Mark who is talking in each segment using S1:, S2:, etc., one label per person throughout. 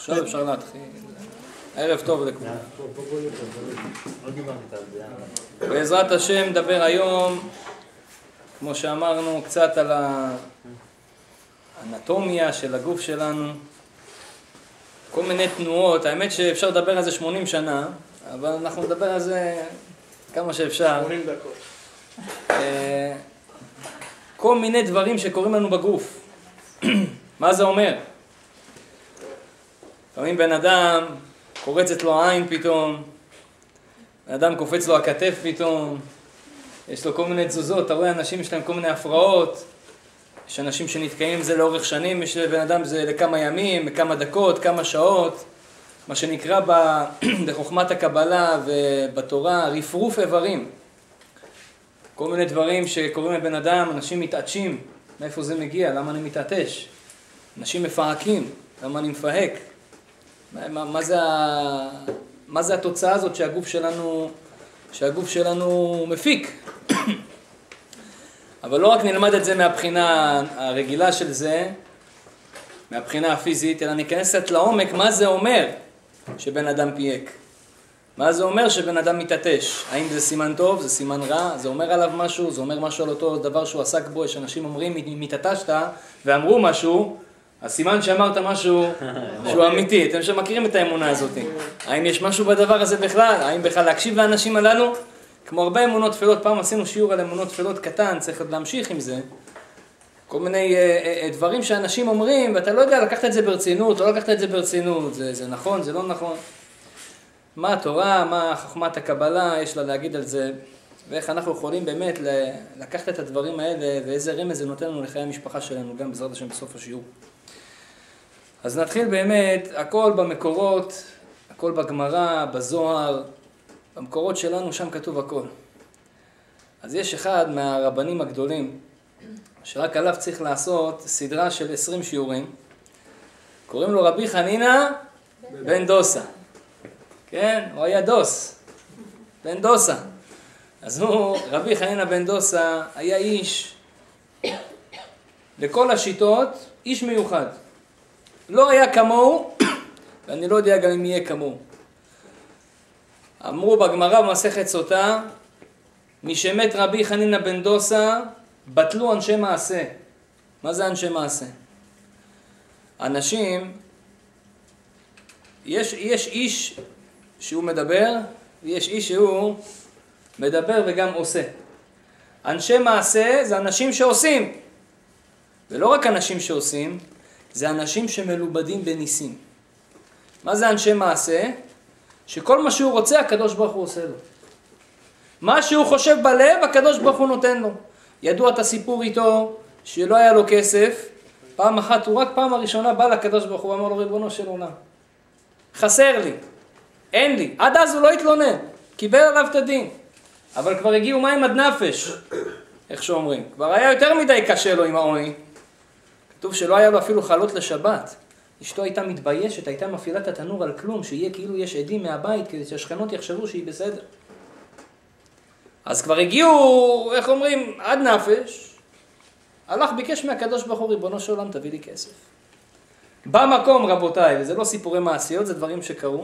S1: עכשיו אפשר להתחיל. ערב טוב לכולם. בעזרת השם נדבר היום, כמו שאמרנו, קצת על האנטומיה של הגוף שלנו. כל מיני תנועות, האמת שאפשר לדבר על זה 80 שנה, אבל אנחנו נדבר על זה כמה שאפשר.
S2: 80 דקות.
S1: כל מיני דברים שקורים לנו בגוף. מה זה אומר? לפעמים בן אדם קורצת לו העין פתאום, בן אדם קופץ לו הכתף פתאום, יש לו כל מיני תזוזות, אתה רואה אנשים יש להם כל מיני הפרעות, יש אנשים שנתקעים עם זה לאורך שנים, יש לבן אדם זה לכמה ימים, לכמה דקות, כמה שעות, מה שנקרא בחוכמת הקבלה ובתורה רפרוף איברים. כל מיני דברים שקוראים לבן אדם, אנשים מתעטשים, מאיפה זה מגיע, למה אני מתעטש? אנשים מפהקים, למה אני מפהק? מה זה התוצאה הזאת שהגוף שלנו מפיק? אבל לא רק נלמד את זה מהבחינה הרגילה של זה, מהבחינה הפיזית, אלא ניכנס קצת לעומק מה זה אומר שבן אדם פייק. מה זה אומר שבן אדם מתעטש? האם זה סימן טוב? זה סימן רע? זה אומר עליו משהו? זה אומר משהו על אותו דבר שהוא עסק בו? יש אנשים אומרים, מתעטשת ואמרו משהו, הסימן שאמרת משהו שהוא אמיתי. אתם שמכירים את האמונה הזאת. האם יש משהו בדבר הזה בכלל? האם בכלל להקשיב לאנשים הללו? כמו הרבה אמונות תפלות, פעם עשינו שיעור על אמונות תפלות קטן, צריך להמשיך עם זה. כל מיני דברים שאנשים אומרים, ואתה לא יודע לקחת את זה ברצינות, לא לקחת את זה ברצינות, זה נכון, זה לא נכון. מה התורה, מה חוכמת הקבלה, יש לה להגיד על זה, ואיך אנחנו יכולים באמת לקחת את הדברים האלה, ואיזה רמז זה נותן לנו לחיי המשפחה שלנו, גם בעזרת השם בסוף השיעור. אז נתחיל באמת, הכל במקורות, הכל בגמרא, בזוהר, במקורות שלנו, שם כתוב הכל. אז יש אחד מהרבנים הגדולים, שרק עליו צריך לעשות סדרה של 20 שיעורים, קוראים לו רבי חנינא בן דוסא. כן, הוא היה דוס, בן דוסא. אז רבי חנינא בן דוסא היה איש, לכל השיטות, איש מיוחד. לא היה כמוהו, ואני לא יודע גם אם יהיה כמוהו. אמרו בגמרא במסכת סוטה, משמת רבי חנינא בן דוסא, בטלו אנשי מעשה. מה זה אנשי מעשה? אנשים, יש איש שהוא מדבר, ויש איש שהוא מדבר וגם עושה. אנשי מעשה זה אנשים שעושים. ולא רק אנשים שעושים, זה אנשים שמלובדים בניסים. מה זה אנשי מעשה? שכל מה שהוא רוצה, הקדוש ברוך הוא עושה לו. מה שהוא חושב בלב, הקדוש ברוך הוא נותן לו. ידוע את הסיפור איתו, שלא היה לו כסף, פעם אחת הוא רק פעם הראשונה בא לקדוש ברוך הוא, ואמר לו ריבונו של עולם, חסר לי, אין לי. עד אז הוא לא התלונן, קיבל עליו את הדין. אבל כבר הגיעו מים עד נפש, איך שאומרים. כבר היה יותר מדי קשה לו עם העוני. כתוב שלא היה לו אפילו חלות לשבת. אשתו הייתה מתביישת, הייתה מפעילה את התנור על כלום, שיהיה כאילו יש עדים מהבית, כדי שהשכנות יחשבו שהיא בסדר. אז כבר הגיעו, איך אומרים, עד נפש, הלך ביקש מהקדוש ברוך הוא, ריבונו של עולם, תביא לי כסף. במקום, רבותיי, וזה לא סיפורי מעשיות, זה דברים שקרו,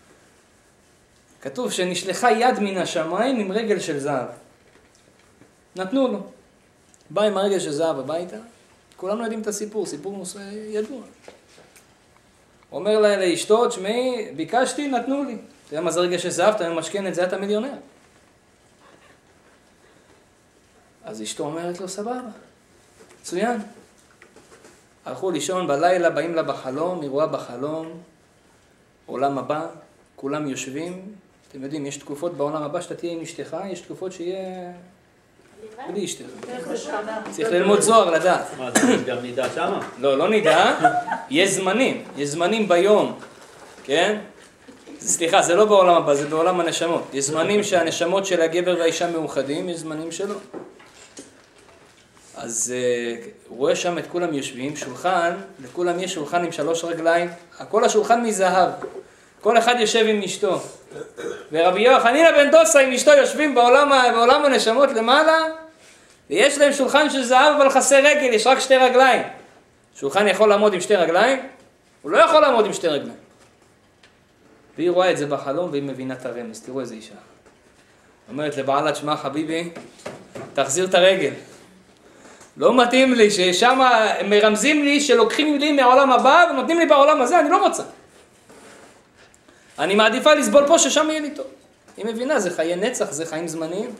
S1: כתוב שנשלחה יד מן השמיים עם רגל של זהב. נתנו לו. בא עם הרגל של זהב הביתה, כולנו יודעים את הסיפור, סיפור ידוע. אומר לה לאשתו, תשמעי, ביקשתי, נתנו לי. אתה יודע מה זה רגל של זהב, אתה משכן את זה, אתה מיליונר. אז אשתו אומרת לו, סבבה, מצוין. הלכו לישון בלילה, באים לה בחלום, היא רואה בחלום, עולם הבא, כולם יושבים. אתם יודעים, יש תקופות בעולם הבא שאתה תהיה עם אשתך, יש תקופות שיהיה בלי אשתך. צריך ללמוד זוהר לדעת.
S2: מה, זה גם נידע שמה?
S1: לא, לא נידע. יש זמנים ביום, כן? סליחה, זה לא בעולם הבא, זה בעולם הנשמות. יש זמנים שהנשמות של הגבר והאישה מאוחדים, יש זמנים שלא. אז הוא רואה שם את כולם יושבים, שולחן, לכולם יש שולחן עם 3 רגליים, כל השולחן מזהב, כל אחד יושב עם אשתו. ורבי חנינא בן דוסא עם אשתו יושבים בעולם הנשמות למעלה, ויש להם שולחן של זהב אבל חסר רגל, יש רק 2 רגליים. שולחן יכול לעמוד עם 2 רגליים? הוא לא יכול לעמוד עם 2 רגליים. והיא רואה את זה בחלום והיא מבינה את הרמז. תראו איזה אישה. אומרת לבעלה, תשמע חביבי, תחזיר את הרגל. לא מתאים לי ששם מרמזים לי שלוקחים לי מהעולם הבא ונותנים לי בעולם הזה, אני לא רוצה. אני מעדיפה לסבול פה ששם יהיה לי טוב. היא מבינה, זה חיי נצח, זה חיים זמניים.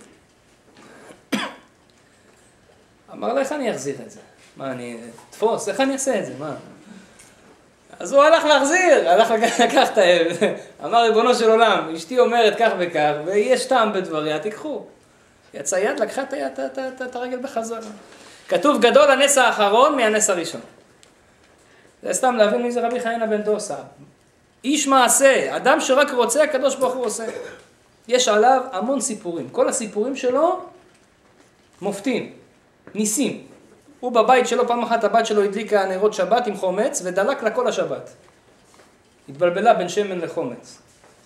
S1: אמר לה, איך אני אחזיר את זה? מה, אני תפוס, איך אני אעשה את זה? מה? אז הוא הלך להחזיר, הלך לקח את האבן. אמר, ריבונו של עולם, אשתי אומרת כך וכך, ויש טעם בדבריה, תיקחו. יצא יד, לקחה את הרגל בחזרה. כתוב גדול הנס האחרון מהנס הראשון. זה סתם להבין מי זה רבי חנינא בן דוסא. איש מעשה, אדם שרק רוצה, הקדוש ברוך הוא עושה. יש עליו המון סיפורים. כל הסיפורים שלו מופתים, ניסים. הוא בבית שלו, פעם אחת הבת שלו הדליקה נרות שבת עם חומץ ודלק לה כל השבת. התבלבלה בין שמן לחומץ.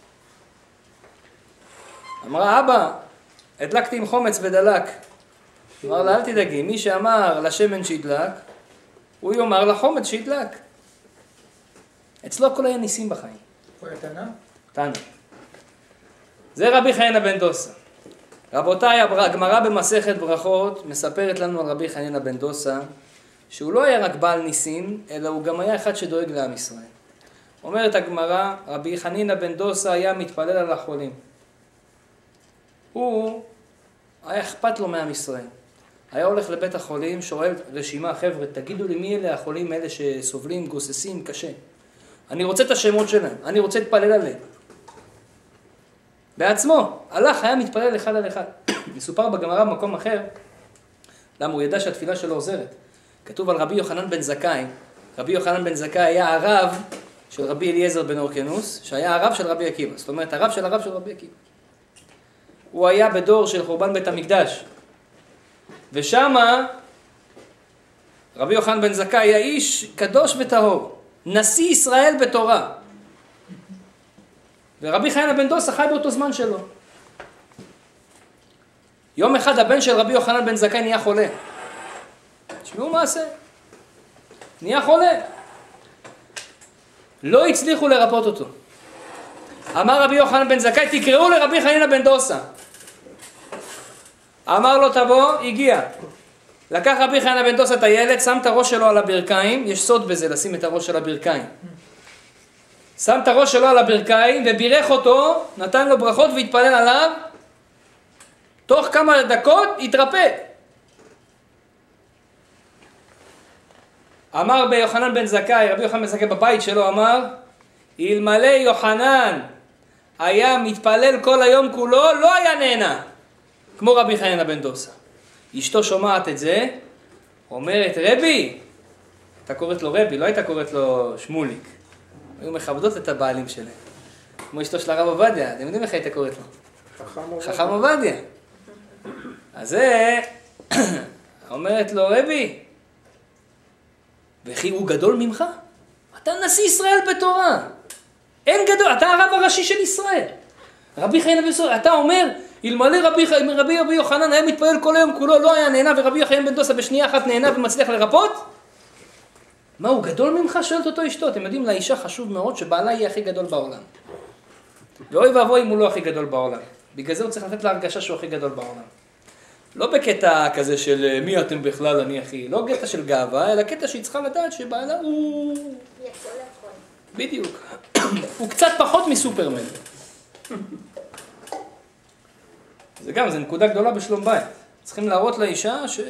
S1: אמרה, אבא, הדלקתי עם חומץ ודלק. אמר לה, אל תדאגי, מי שאמר לשמן שידלק, הוא יאמר לחומץ שידלק. אצלו הכל היה ניסים בחיים.
S2: הוא היה תנא?
S1: תנא. זה רבי חנינא בן דוסא. רבותיי, הגמרא במסכת ברכות מספרת לנו על רבי חנינא בן דוסא, שהוא לא היה רק בעל ניסים, אלא הוא גם היה אחד שדואג לעם ישראל. אומרת הגמרא, רבי חנינא בן דוסא היה מתפלל על החולים. הוא היה אכפת לו מעם ישראל. היה הולך לבית החולים, שואל רשימה, חבר'ה, תגידו לי מי אלה החולים, אלה שסובלים, גוססים, קשה. אני רוצה את השמות שלהם, אני רוצה להתפלל עליהם. בעצמו, הלך, היה מתפלל אחד על אחד. מסופר בגמרא במקום אחר, למה הוא ידע שהתפילה שלו עוזרת. כתוב על רבי יוחנן בן זכאי, רבי יוחנן בן זכאי היה הרב של רבי אליעזר בן אורקנוס, שהיה הרב של רבי עקיבא, זאת אומרת הרב של הרב של רבי עקיבא. הוא היה בדור של חורבן בית המקדש, ושמה רבי יוחנן בן זכאי היה איש קדוש וטהור, נשיא ישראל בתורה. ורבי חנינא בן דוסא חי באותו זמן שלו. יום אחד הבן של רבי יוחנן בן זכאי נהיה חולה. תשמעו מה עשה? נהיה חולה. לא הצליחו לרפות אותו. אמר רבי יוחנן בן זכאי, תקראו לרבי חנינא בן דוסא. אמר לו תבוא, הגיע. לקח רבי חנינא בן דוסא את הילד, שם את הראש שלו על הברכיים, יש סוד בזה לשים את הראש של הברכיים. שם את הראש שלו על הברכיים ובירך אותו, נתן לו ברכות והתפלל עליו, תוך כמה דקות התרפא. אמר ביוחנן בן זכאי, רבי יוחנן בן זכאי בבית שלו אמר, אלמלא יוחנן היה מתפלל כל היום כולו, לא היה נהנה, כמו רבי חנינא בן דוסא. אשתו שומעת את זה, אומרת, רבי, אתה קוראת לו רבי, לא הייתה קוראת לו שמוליק. היו מכבדות את הבעלים שלהם. כמו אשתו של הרב עובדיה, אתם יודעים איך היית קוראת לו? חכם עובדיה. אז זה, אומרת לו, רבי, וכי הוא גדול ממך? אתה נשיא ישראל בתורה. אין גדול, אתה הרב הראשי של ישראל. רבי חנינא בן דוסא, אתה אומר, אלמלא רבי יוחנן היה מתפלל כל היום כולו, לא היה נהנה, ורבי יוחנן בן דוסא בשנייה אחת נהנה ומצליח לרפות? מה, הוא גדול ממך? שואלת אותו אשתו. אתם יודעים, לאישה חשוב מאוד שבעלה יהיה הכי גדול בעולם. ואוי ואבוי אם הוא לא הכי גדול בעולם. בגלל זה הוא צריך לתת לה הרגשה שהוא הכי גדול בעולם. לא בקטע כזה של מי אתם בכלל, אני הכי. לא קטע של גאווה, אלא קטע שהיא צריכה לדעת שבעלה הוא...
S3: יכול להכל.
S1: בדיוק. הוא קצת פחות מסופרמן. זה גם, זה נקודה גדולה בשלום בית. צריכים להראות לאישה ש...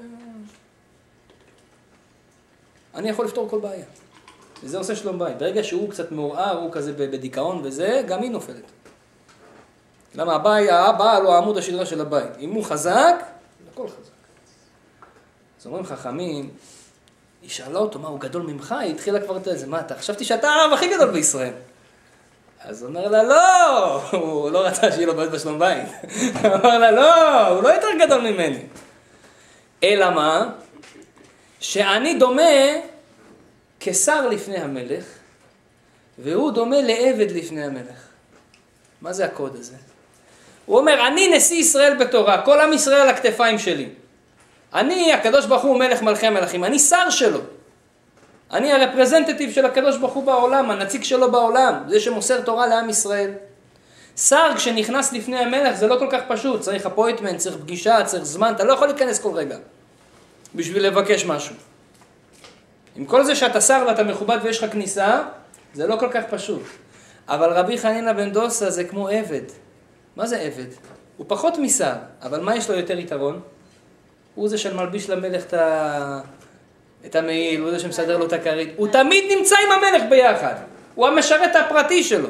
S1: אני יכול לפתור כל בעיה. וזה עושה שלום בית. ברגע שהוא קצת מעורער, הוא כזה בדיכאון וזה, גם היא נופלת. למה הבעל הוא העמוד השדרה של הבית. אם הוא חזק, הכל חזק. אז אומרים חכמים, היא שאלה אותו, מה, הוא גדול ממך? היא התחילה כבר את זה. מה, אתה חשבתי שאתה הרב הכי גדול בישראל. אז הוא אומר לה, לא! הוא לא רצה שיהיה לו בעיות בשלום בית. הוא אומר לה, לא! הוא לא יותר גדול ממני. אלא מה? שאני דומה כשר לפני המלך, והוא דומה לעבד לפני המלך. מה זה הקוד הזה? הוא אומר, אני נשיא ישראל בתורה, כל עם ישראל על הכתפיים שלי. אני, הקדוש ברוך הוא מלך מלכי המלכים, אני שר שלו. אני הרפרזנטטיב של הקדוש ברוך הוא בעולם, הנציג שלו בעולם, זה שמוסר תורה לעם ישראל. שר כשנכנס לפני המלך זה לא כל כך פשוט, צריך אפוינטמנט, צריך פגישה, צריך זמן, אתה לא יכול להיכנס כל רגע בשביל לבקש משהו. עם כל זה שאתה שר ואתה מכובד ויש לך כניסה, זה לא כל כך פשוט. אבל רבי חנינא בן דוסא זה כמו עבד. מה זה עבד? הוא פחות משר, אבל מה יש לו יותר יתרון? הוא זה שמלביש למלך את המעיל, הוא זה שמסדר לו את הכרית. הוא תמיד נמצא עם המלך ביחד. הוא המשרת הפרטי שלו.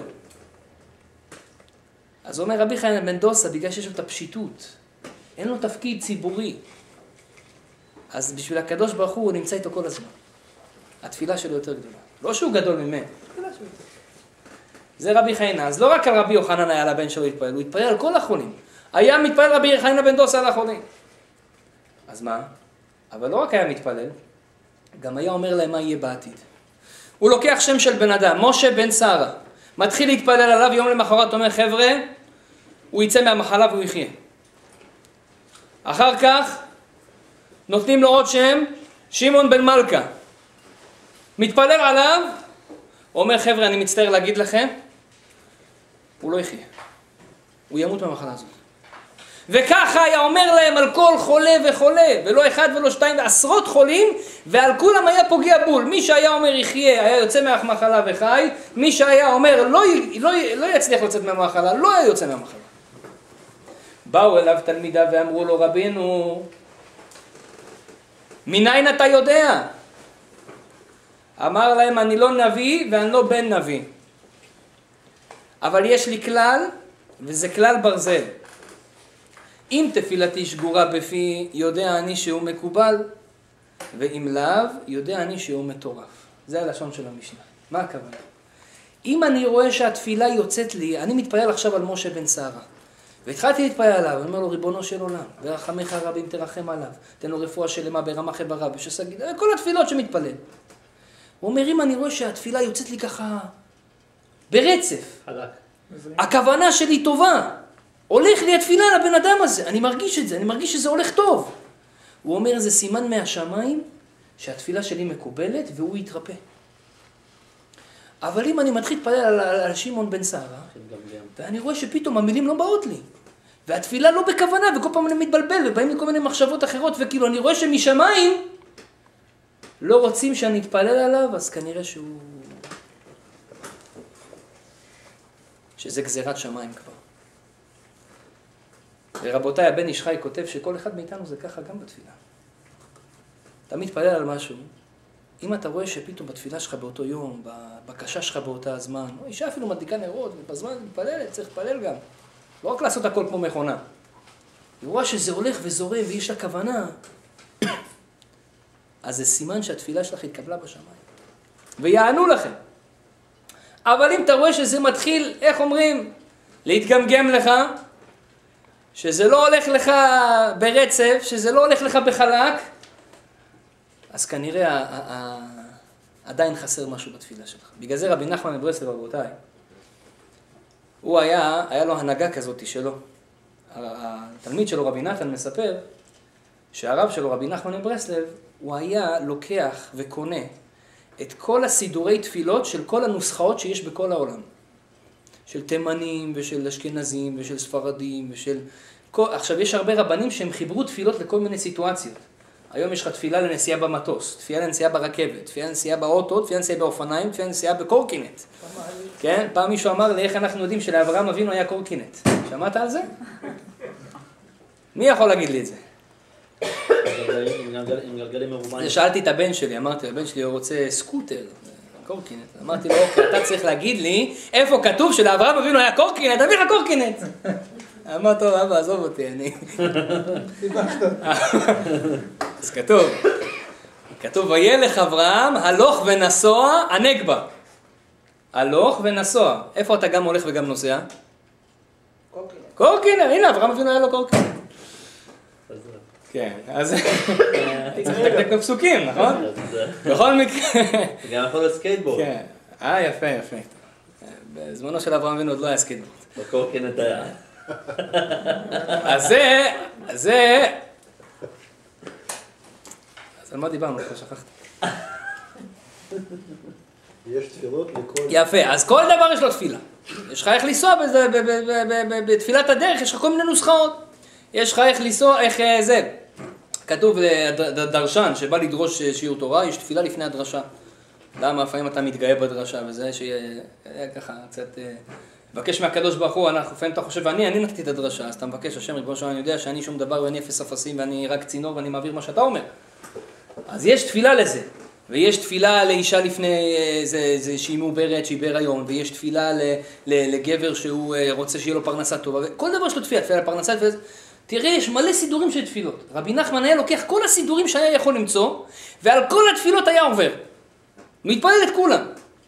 S1: אז אומר רבי חנינא בן דוסא, בגלל שיש לו את הפשיטות, אין לו תפקיד ציבורי. אז בשביל הקדוש ברוך הוא נמצא איתו כל הזמן. התפילה שלו יותר גדולה. לא שהוא גדול ממנו. זה רבי חנינא. אז לא רק על רבי יוחנן היה לבן שלו להתפלל, הוא התפלל על כל החולים. היה מתפלל רבי חנינא בן דוסא על החולים. אז מה? אבל לא רק היה מתפלל, גם היה אומר להם מה יהיה בעתיד. הוא לוקח שם של בן אדם, משה בן שרה. מתחיל להתפלל עליו, יום למחרת אומר, חבר'ה, הוא יצא מהמחלה והוא יחיה. אחר כך, נותנים לו עוד שם, שמעון בן מלכה. מתפלל עליו, אומר, חבר'ה, אני מצטער להגיד לכם, הוא לא יחיה. הוא ימות מהמחלה הזאת. וככה היה אומר להם על כל חולה וחולה, ולא אחד ולא שתיים, ועשרות חולים, ועל כולם היה פוגע בול. מי שהיה אומר יחיה, היה יוצא מהמחלה וחי, מי שהיה אומר לא יצליח לצאת מהמחלה, לא היה יוצא מהמחלה. באו אליו תלמידיו ואמרו לו, רבינו, מניין אתה יודע? אמר להם, אני לא נביא ואני לא בן נביא. אבל יש לי כלל, וזה כלל ברזל. אם תפילתי שגורה בפי, יודע אני שהוא מקובל, ואם לאו, יודע אני שהוא מטורף. זה הלשון של המשנה. מה הכוונה? אם אני רואה שהתפילה יוצאת לי, אני מתפלל עכשיו על משה בן שרה, והתחלתי להתפלל עליו, אני אומר לו, ריבונו של עולם, ורחמך רבים תרחם עליו, תן לו רפואה שלמה ברמ"ח איבריו, בשס"ג, כל התפילות שמתפלל. הוא אומר, אם אני רואה שהתפילה יוצאת לי ככה ברצף, הכוונה שלי טובה, הולך לי התפילה לבן אדם הזה, אני מרגיש את זה, אני מרגיש שזה הולך טוב. הוא אומר, זה סימן מהשמיים שהתפילה שלי מקובלת והוא יתרפא. אבל אם אני מתחיל להתפלל על שמעון בן שרה, ואני רואה שפתאום המילים לא באות לי, והתפילה לא בכוונה, וכל פעם אני מתבלבל, ובאים לי כל מיני מחשבות אחרות, וכאילו אני רואה שמשמיים לא רוצים שאני אתפלל עליו, אז כנראה שזה גזירת שמיים כבר. ורבותיי, הבן איש חי כותב שכל אחד מאיתנו זה ככה גם בתפילה. אתה מתפלל על משהו, אם אתה רואה שפתאום בתפילה שלך באותו יום, בבקשה שלך באותה הזמן, או אישה אפילו מדליקה נרות, ובזמן מתפללת, צריך להתפלל גם. לא רק לעשות הכל כמו מכונה. היא רואה שזה הולך וזורם ויש לה כוונה, אז זה סימן שהתפילה שלך התקבלה בשמיים. ויענו לכם. אבל אם אתה רואה שזה מתחיל, איך אומרים, להתגמגם לך, שזה לא הולך לך ברצף, שזה לא הולך לך בחלק, אז כנראה עדיין חסר משהו בתפילה שלך. בגלל זה רבי נחמן מברסלב, רבותיי, הוא היה לו הנהגה כזאת שלו. התלמיד שלו, רבי נחמן, מספר שהרב שלו, רבי נחמן מברסלב, הוא היה לוקח וקונה את כל הסידורי תפילות של כל הנוסחאות שיש בכל העולם. של תימנים ושל אשכנזים ושל ספרדים ושל... עכשיו יש הרבה רבנים שהם חיברו תפילות לכל מיני סיטואציות. היום יש לך תפילה לנסיעה במטוס, תפילה לנסיעה ברכבת, תפילה לנסיעה באוטו, תפילה לנסיעה באופניים, תפילה לנסיעה בקורקינט. כן? פעם מישהו אמר לי איך אנחנו יודעים שלאברהם אבינו היה קורקינט. שמעת על זה? מי יכול להגיד לי את זה?
S2: עם גלגלים מרומיים.
S1: שאלתי את הבן שלי, אמרתי, הבן שלי הוא רוצה סקוטר, קורקינט. אמרתי לו, אוקיי, אתה צריך להגיד לי איפה כתוב שלאברהם אבינו היה קורקינט, תביא לך קורקינט. אמר, טוב, אבא, עזוב אותי, אני... אז כתוב, וילך אברהם, הלוך ונסוע, הנגבה. הלוך ונסוע. איפה אתה גם הולך וגם נוסע?
S3: קורקינט.
S1: קורקינט, הנה, אברהם אבינו היה לו קורקינט. כן, אז צריך לדקדק בפסוקים, נכון? בכל מקרה...
S2: גם יכול להיות סקייטבורד.
S1: כן, יפה, יפה. בזמנו של אברהם אבינו עוד לא היה סקייטבורד.
S2: בקורקינט היה.
S1: אז על מה דיברנו? כבר שכחתי.
S4: יש תפילות לכל...
S1: יפה, אז כל דבר יש לו תפילה. יש לך איך לנסוע בתפילת הדרך, יש לך כל מיני נוסחאות. יש לך איך לנסוע, איך זה. כתוב דרשן שבא לדרוש שיעור תורה, יש תפילה לפני הדרשה. למה? לפעמים אתה מתגאה בדרשה, וזה שיהיה ככה קצת... מבקש מהקדוש ברוך הוא, לפעמים אתה חושב, אני נתתי את הדרשה, אז אתה מבקש, השם ריבונו של עולם, אני יודע שאני שום דבר ואני אפס אפסים ואני רק צינור ואני מעביר מה שאתה אומר. אז יש תפילה לזה, ויש תפילה לאישה לפני זה שהיא מעוברת, שהיא בהיריון, ויש תפילה לגבר שהוא רוצה שיהיה לו פרנסה טובה, וכל דבר יש לו תפילה, תפילה לפרנסה, תראה, יש מלא סידורים של תפילות. רבי נחמן היה לוקח כל הסידורים שהיה יכול למצוא, ועל כל התפילות היה עובר. מתפלל את כולם.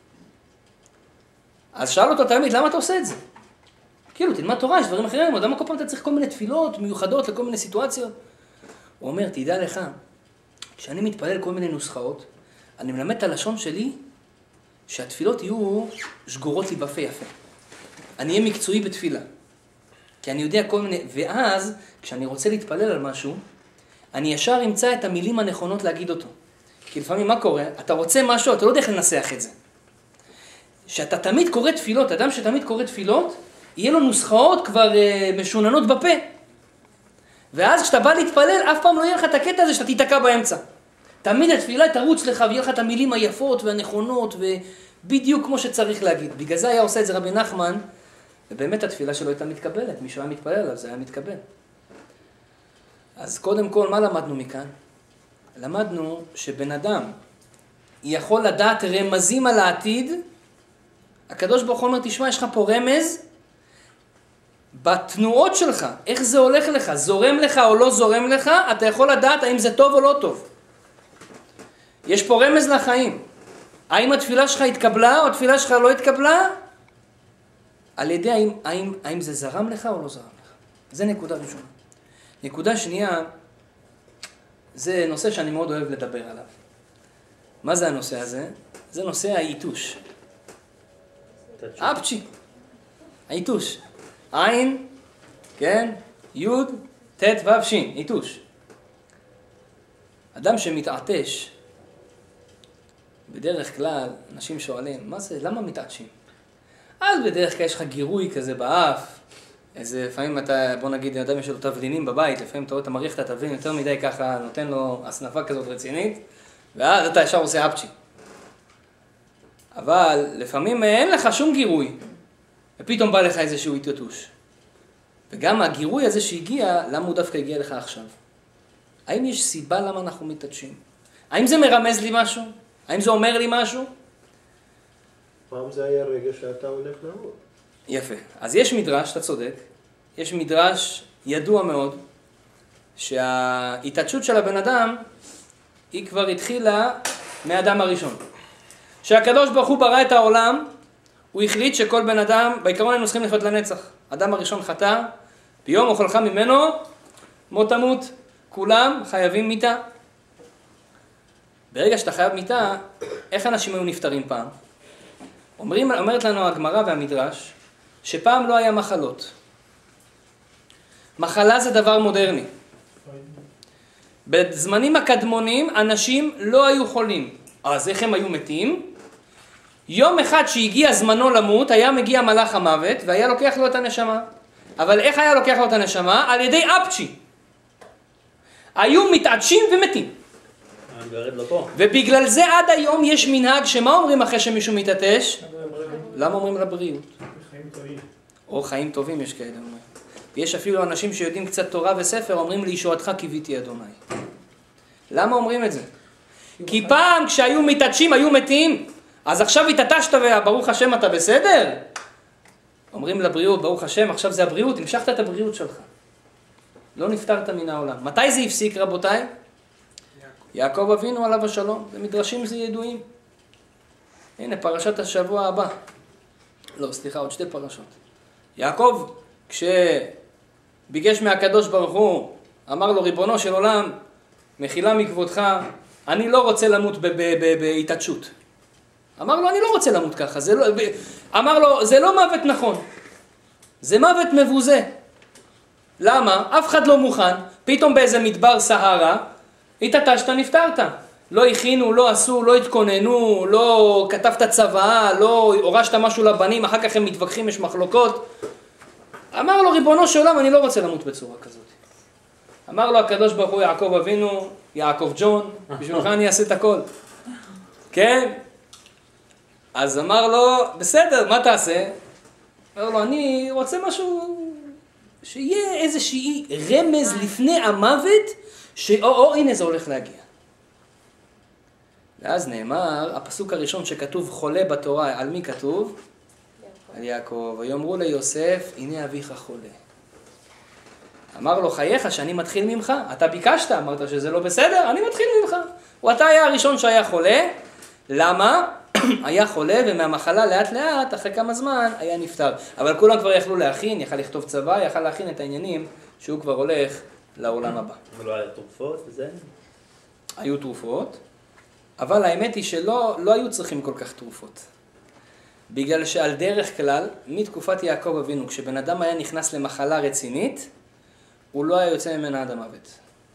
S1: אז שאל אותו תלמיד, למה אתה עושה את זה? כאילו, תלמד תורה, יש דברים אחרים, למה כל פעם אתה צריך כל מיני תפילות מיוחדות לכל מיני סיטואציות? הוא אומר, תדע לך, כשאני מתפלל כל מיני נוסחאות, אני מלמד את הלשון שלי, שהתפילות יהיו שגורות לי בפה יפה. אני אהיה מקצועי בתפילה. כי אני יודע כל מיני, ואז, כשאני רוצה להתפלל על משהו, אני ישר אמצא את המילים הנכונות להגיד אותו. כי לפעמים מה קורה? אתה רוצה משהו, אתה לא יודע איך לנסח את זה. שאתה תמיד קורא תפילות, אדם שתמיד קורא תפילות, יהיה לו נוסחאות כבר משוננות בפה. ואז כשאתה בא להתפלל, אף פעם לא יהיה לך את הקטע הזה שאתה תיתקע באמצע. תמיד התפילה תרוץ לך ויהיה לך את המילים היפות והנכונות, ובדיוק כמו שצריך להגיד. בגלל זה היה עושה את זה רבי נחמן, ובאמת התפילה שלו הייתה מתקבלת. מישהו היה מתפלל עליו, זה היה מתקבל. אז קודם כל, מה למדנו מכאן? למדנו שבן אדם יכול לדעת רמזים על העתיד. הקדוש ברוך הוא אומר, תשמע, יש לך פה רמז בתנועות שלך, איך זה הולך לך, זורם לך או לא זורם לך, אתה יכול לדעת האם זה טוב או לא טוב. יש פה רמז לחיים. האם התפילה שלך התקבלה או התפילה שלך לא התקבלה? על ידי האם זה זרם לך או לא זרם לך. זה נקודה ראשונה. נקודה שנייה, זה נושא שאני מאוד אוהב לדבר עליו. מה זה הנושא הזה? זה נושא העיתוש. אפצ'י. העיתוש. עין, כן, יוד, תת, וו, שין, עיתוש. אדם שמתעטש, בדרך כלל, אנשים שואלים, מה זה, למה מתעטשים? אז בדרך כלל יש לך גירוי כזה באף, איזה, לפעמים אתה, בוא נגיד, אדם יש לו תבלינים בבית, לפעמים אתה רואה, אתה מריח את התבלין יותר מדי ככה, נותן לו הסנפה כזאת רצינית, ואז אתה ישר עושה אפצ'י. אבל לפעמים אין לך שום גירוי, ופתאום בא לך איזשהו התייתוש. וגם הגירוי הזה שהגיע, למה הוא דווקא הגיע לך עכשיו? האם יש סיבה למה אנחנו מתעטשים? האם זה מרמז לי משהו? האם זה אומר לי משהו?
S4: פעם זה היה רגע שאתה הולך לעבוד.
S1: יפה. אז יש מדרש, אתה צודק, יש מדרש ידוע מאוד, שההתעטשות של הבן אדם, היא כבר התחילה מהאדם הראשון. שהקדוש ברוך הוא ברא את העולם, הוא החליט שכל בן אדם, בעיקרון היינו צריכים לחיות לנצח. אדם הראשון חטא, ביום אוכלך ממנו, מות תמות. כולם חייבים מיתה. ברגע שאתה חייב מיתה, איך אנשים היו נפטרים פעם? אומרת לנו הגמרא והמדרש, שפעם לא היה מחלות. מחלה זה דבר מודרני. בזמנים הקדמונים אנשים לא היו חולים. אז איך הם היו מתים? יום אחד שהגיע זמנו למות, היה מגיע מלאך המוות והיה לוקח לו את הנשמה. אבל איך היה לוקח לו את הנשמה? על ידי אפצ'י. היו מתעטשים ומתים. ובגלל זה עד היום יש מנהג שמה אומרים אחרי שמישהו מתעטש? למה אומרים לבריאות? או חיים טובים יש כאלה אומרים. יש אפילו אנשים שיודעים קצת תורה וספר, אומרים לישועתך קיוויתי אדוני. למה אומרים את זה? כי פעם כשהיו מתעטשים היו מתים, אז עכשיו התעטשת וברוך השם אתה בסדר? אומרים לבריאות, ברוך השם, עכשיו זה הבריאות, המשכת את הבריאות שלך. לא נפטרת מן העולם. מתי זה הפסיק רבותיי? יעקב אבינו עליו השלום, במדרשים זה ידועים. הנה פרשת השבוע הבא. לא, סליחה, עוד שתי פרשות. יעקב, כשביקש מהקדוש ברוך הוא, אמר לו ריבונו של עולם, מחילה מכבודך, אני לא רוצה למות בהתעטשות. אמר לו, אני לא רוצה למות ככה. אמר לו, זה לא מוות נכון. זה מוות מבוזה. למה? אף אחד לא מוכן. פתאום באיזה מדבר סהרה, התעטשת, נפטרת. לא הכינו, לא עשו, לא התכוננו, לא כתבת צוואה, לא הורשת משהו לבנים, אחר כך הם מתווכחים, יש מחלוקות. אמר לו, ריבונו של עולם, אני לא רוצה למות בצורה כזאת. אמר לו הקדוש ברוך הוא, יעקב אבינו, יעקב ג'ון, בשבילך אני אעשה את הכל. כן? אז אמר לו, בסדר, מה תעשה? אמר לו, אני רוצה משהו, שיהיה איזושהי רמז לפני המוות, הנה זה הולך להגיע. ואז נאמר, הפסוק הראשון שכתוב חולה בתורה, על מי כתוב? על יעקב. ויאמרו ליוסף, הנה אביך חולה. אמר לו, חייך שאני מתחיל ממך, אתה ביקשת, אמרת שזה לא בסדר, אני מתחיל ממך. ואתה היה הראשון שהיה חולה, למה? היה חולה ומהמחלה לאט לאט, אחרי כמה זמן, היה נפטר. אבל כולם כבר יכלו להכין, יכל לכתוב צבא, יכל להכין את העניינים שהוא כבר הולך לעולם הבא.
S2: אבל לא היה תרופות וזה?
S1: היו תרופות, אבל האמת היא שלא היו צריכים כל כך תרופות. בגלל שעל דרך כלל, מתקופת יעקב אבינו, כשבן אדם היה נכנס למחלה רצינית, הוא לא היה יוצא ממנה עד המוות.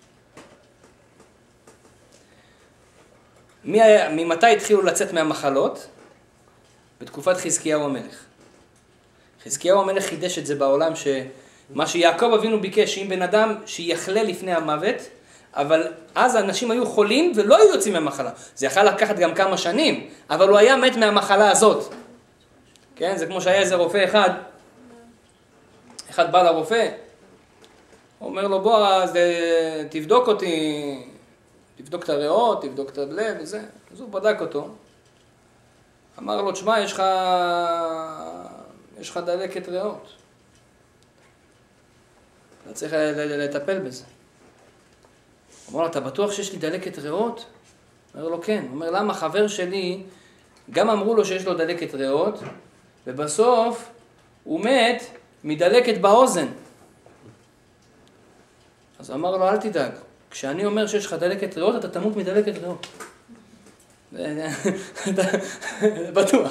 S1: ממתי התחילו לצאת מהמחלות? בתקופת חזקיהו המלך. חזקיהו המלך חידש את זה בעולם, שמה שיעקב אבינו ביקש, שאם בן אדם שיחלה לפני המוות, אבל אז האנשים היו חולים ולא היו יוצאים מהמחלה. זה יכל לקחת גם כמה שנים, אבל הוא היה מת מהמחלה הזאת. כן, זה כמו שהיה איזה רופא אחד בא לרופא, אומר לו, בוא, אז תבדוק אותי, תבדוק את הריאות, תבדוק את הלב וזה. אז הוא בדק אותו. אמר לו, תשמע, יש לך דלקת ריאות. אתה צריך לטפל בזה. אמר לו, אתה בטוח שיש לי דלקת ריאות? אומר לו, כן. הוא אומר, למה? חבר שלי, גם אמרו לו שיש לו דלקת ריאות, ובסוף הוא מת מדלקת באוזן. אז אמר לו, אל תדאג, כשאני אומר שיש לך דלקת ריאות, אתה תמות מדלקת ריאות. בטוח.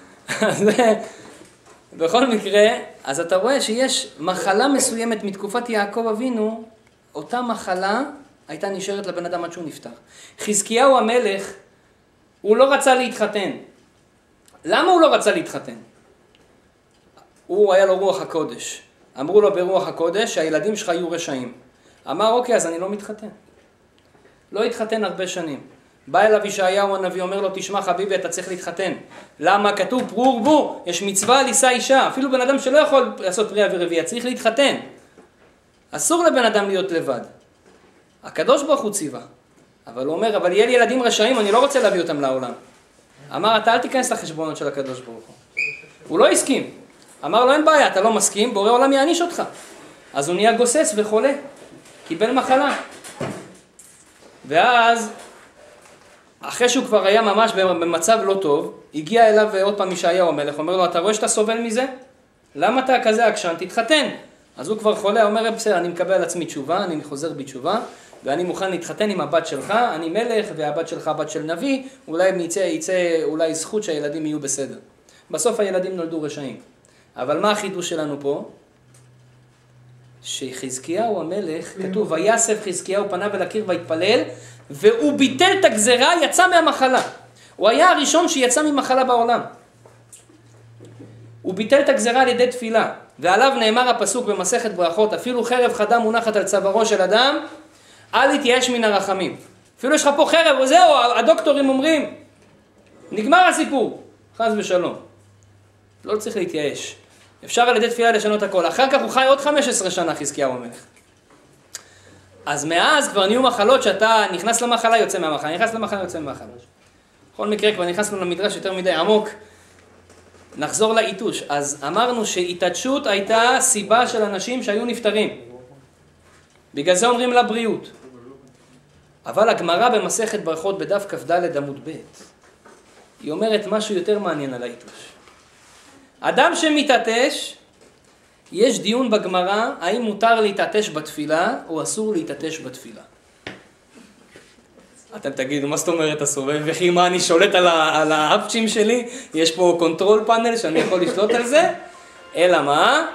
S1: בכל מקרה, אז אתה רואה שיש מחלה מסוימת מתקופת יעקב אבינו, אותה מחלה הייתה נשארת לבן אדם עד שהוא נפטר. חזקיהו המלך, הוא לא רצה להתחתן. למה הוא לא רצה להתחתן? הוא היה לו רוח הקודש. אמרו לו ברוח הקודש שהילדים שלך יהיו רשעים. אמר, אוקיי, אז אני לא מתחתן. לא התחתן הרבה שנים. בא אליו ישעיהו הנביא, אומר לו, תשמע חביבי, אתה צריך להתחתן. למה? כתוב פרו ורבו, יש מצווה לישא אישה. אפילו בן אדם שלא יכול לעשות פרייה ורבייה, צריך להתחתן. אסור לבן אדם להיות לבד. הקדוש ברוך הוא ציווה. אבל הוא אומר, אבל יהיה לי ילדים רשעים, אני לא רוצה להביא אותם לעולם. אמר, אתה אל תיכנס לחשבונות של הקדוש ברוך הוא. הוא לא הסכים. אמר לו, אין בעיה, אתה לא מסכים, בורא עולם יעניש אותך. אז הוא נהיה גוסס וחולה. קיבל מחלה. ואז, אחרי שהוא כבר היה ממש במצב לא טוב, הגיע אליו עוד פעם ישעיהו המלך, אומר לו, אתה רואה שאתה סובל מזה? למה אתה כזה עקשן? תתחתן. אז הוא כבר חולה, אומר, בסדר, אני מקבל על עצמי תשובה, אני חוזר בתשובה, ואני מוכן להתחתן עם הבת שלך, אני מלך, והבת שלך בת של נביא, אולי יצא אולי זכות שהילדים יהיו בסדר. בסוף הילדים נולדו רשעים. אבל מה החידוש שלנו פה? שחזקיהו המלך, כתוב, ויסב חזקיהו פניו אל הקיר והתפלל, והוא ביטל את הגזרה, יצא מהמחלה. הוא היה הראשון שיצא ממחלה בעולם. הוא ביטל את הגזרה על ידי תפילה, ועליו נאמר הפסוק במסכת ברכות, אפילו חרב חדה מונחת על צווארו של אדם, אל יתייאש מן הרחמים. אפילו יש לך פה חרב, וזהו, הדוקטורים אומרים, נגמר הסיפור, חס ושלום. לא צריך להתייאש. אפשר על ידי תפילה לשנות הכל. אחר כך הוא חי עוד 15 שנה, חזקיהו המלך. אז מאז כבר נהיו מחלות שאתה נכנס למחלה, יוצא מהמחלה, נכנס למחלה, יוצא מהמחלה. בכל מקרה, כבר נכנסנו למדרש יותר מדי עמוק. נחזור לעיתוש. אז אמרנו שהתעטשות הייתה סיבה של אנשים שהיו נפטרים. בגלל זה אומרים לה בריאות. אבל הגמרא במסכת ברכות בדף כ"ד עמוד ב', היא אומרת משהו יותר מעניין על העיתוש. אדם שמתעטש, יש דיון בגמרא, האם מותר להתעטש בתפילה או אסור להתעטש בתפילה. אתם תגידו, מה זאת אומרת אסור? וכי מה, אני שולט על האפצ'ים שלי? יש פה קונטרול פאנל שאני יכול לשלוט על זה? אלא מה?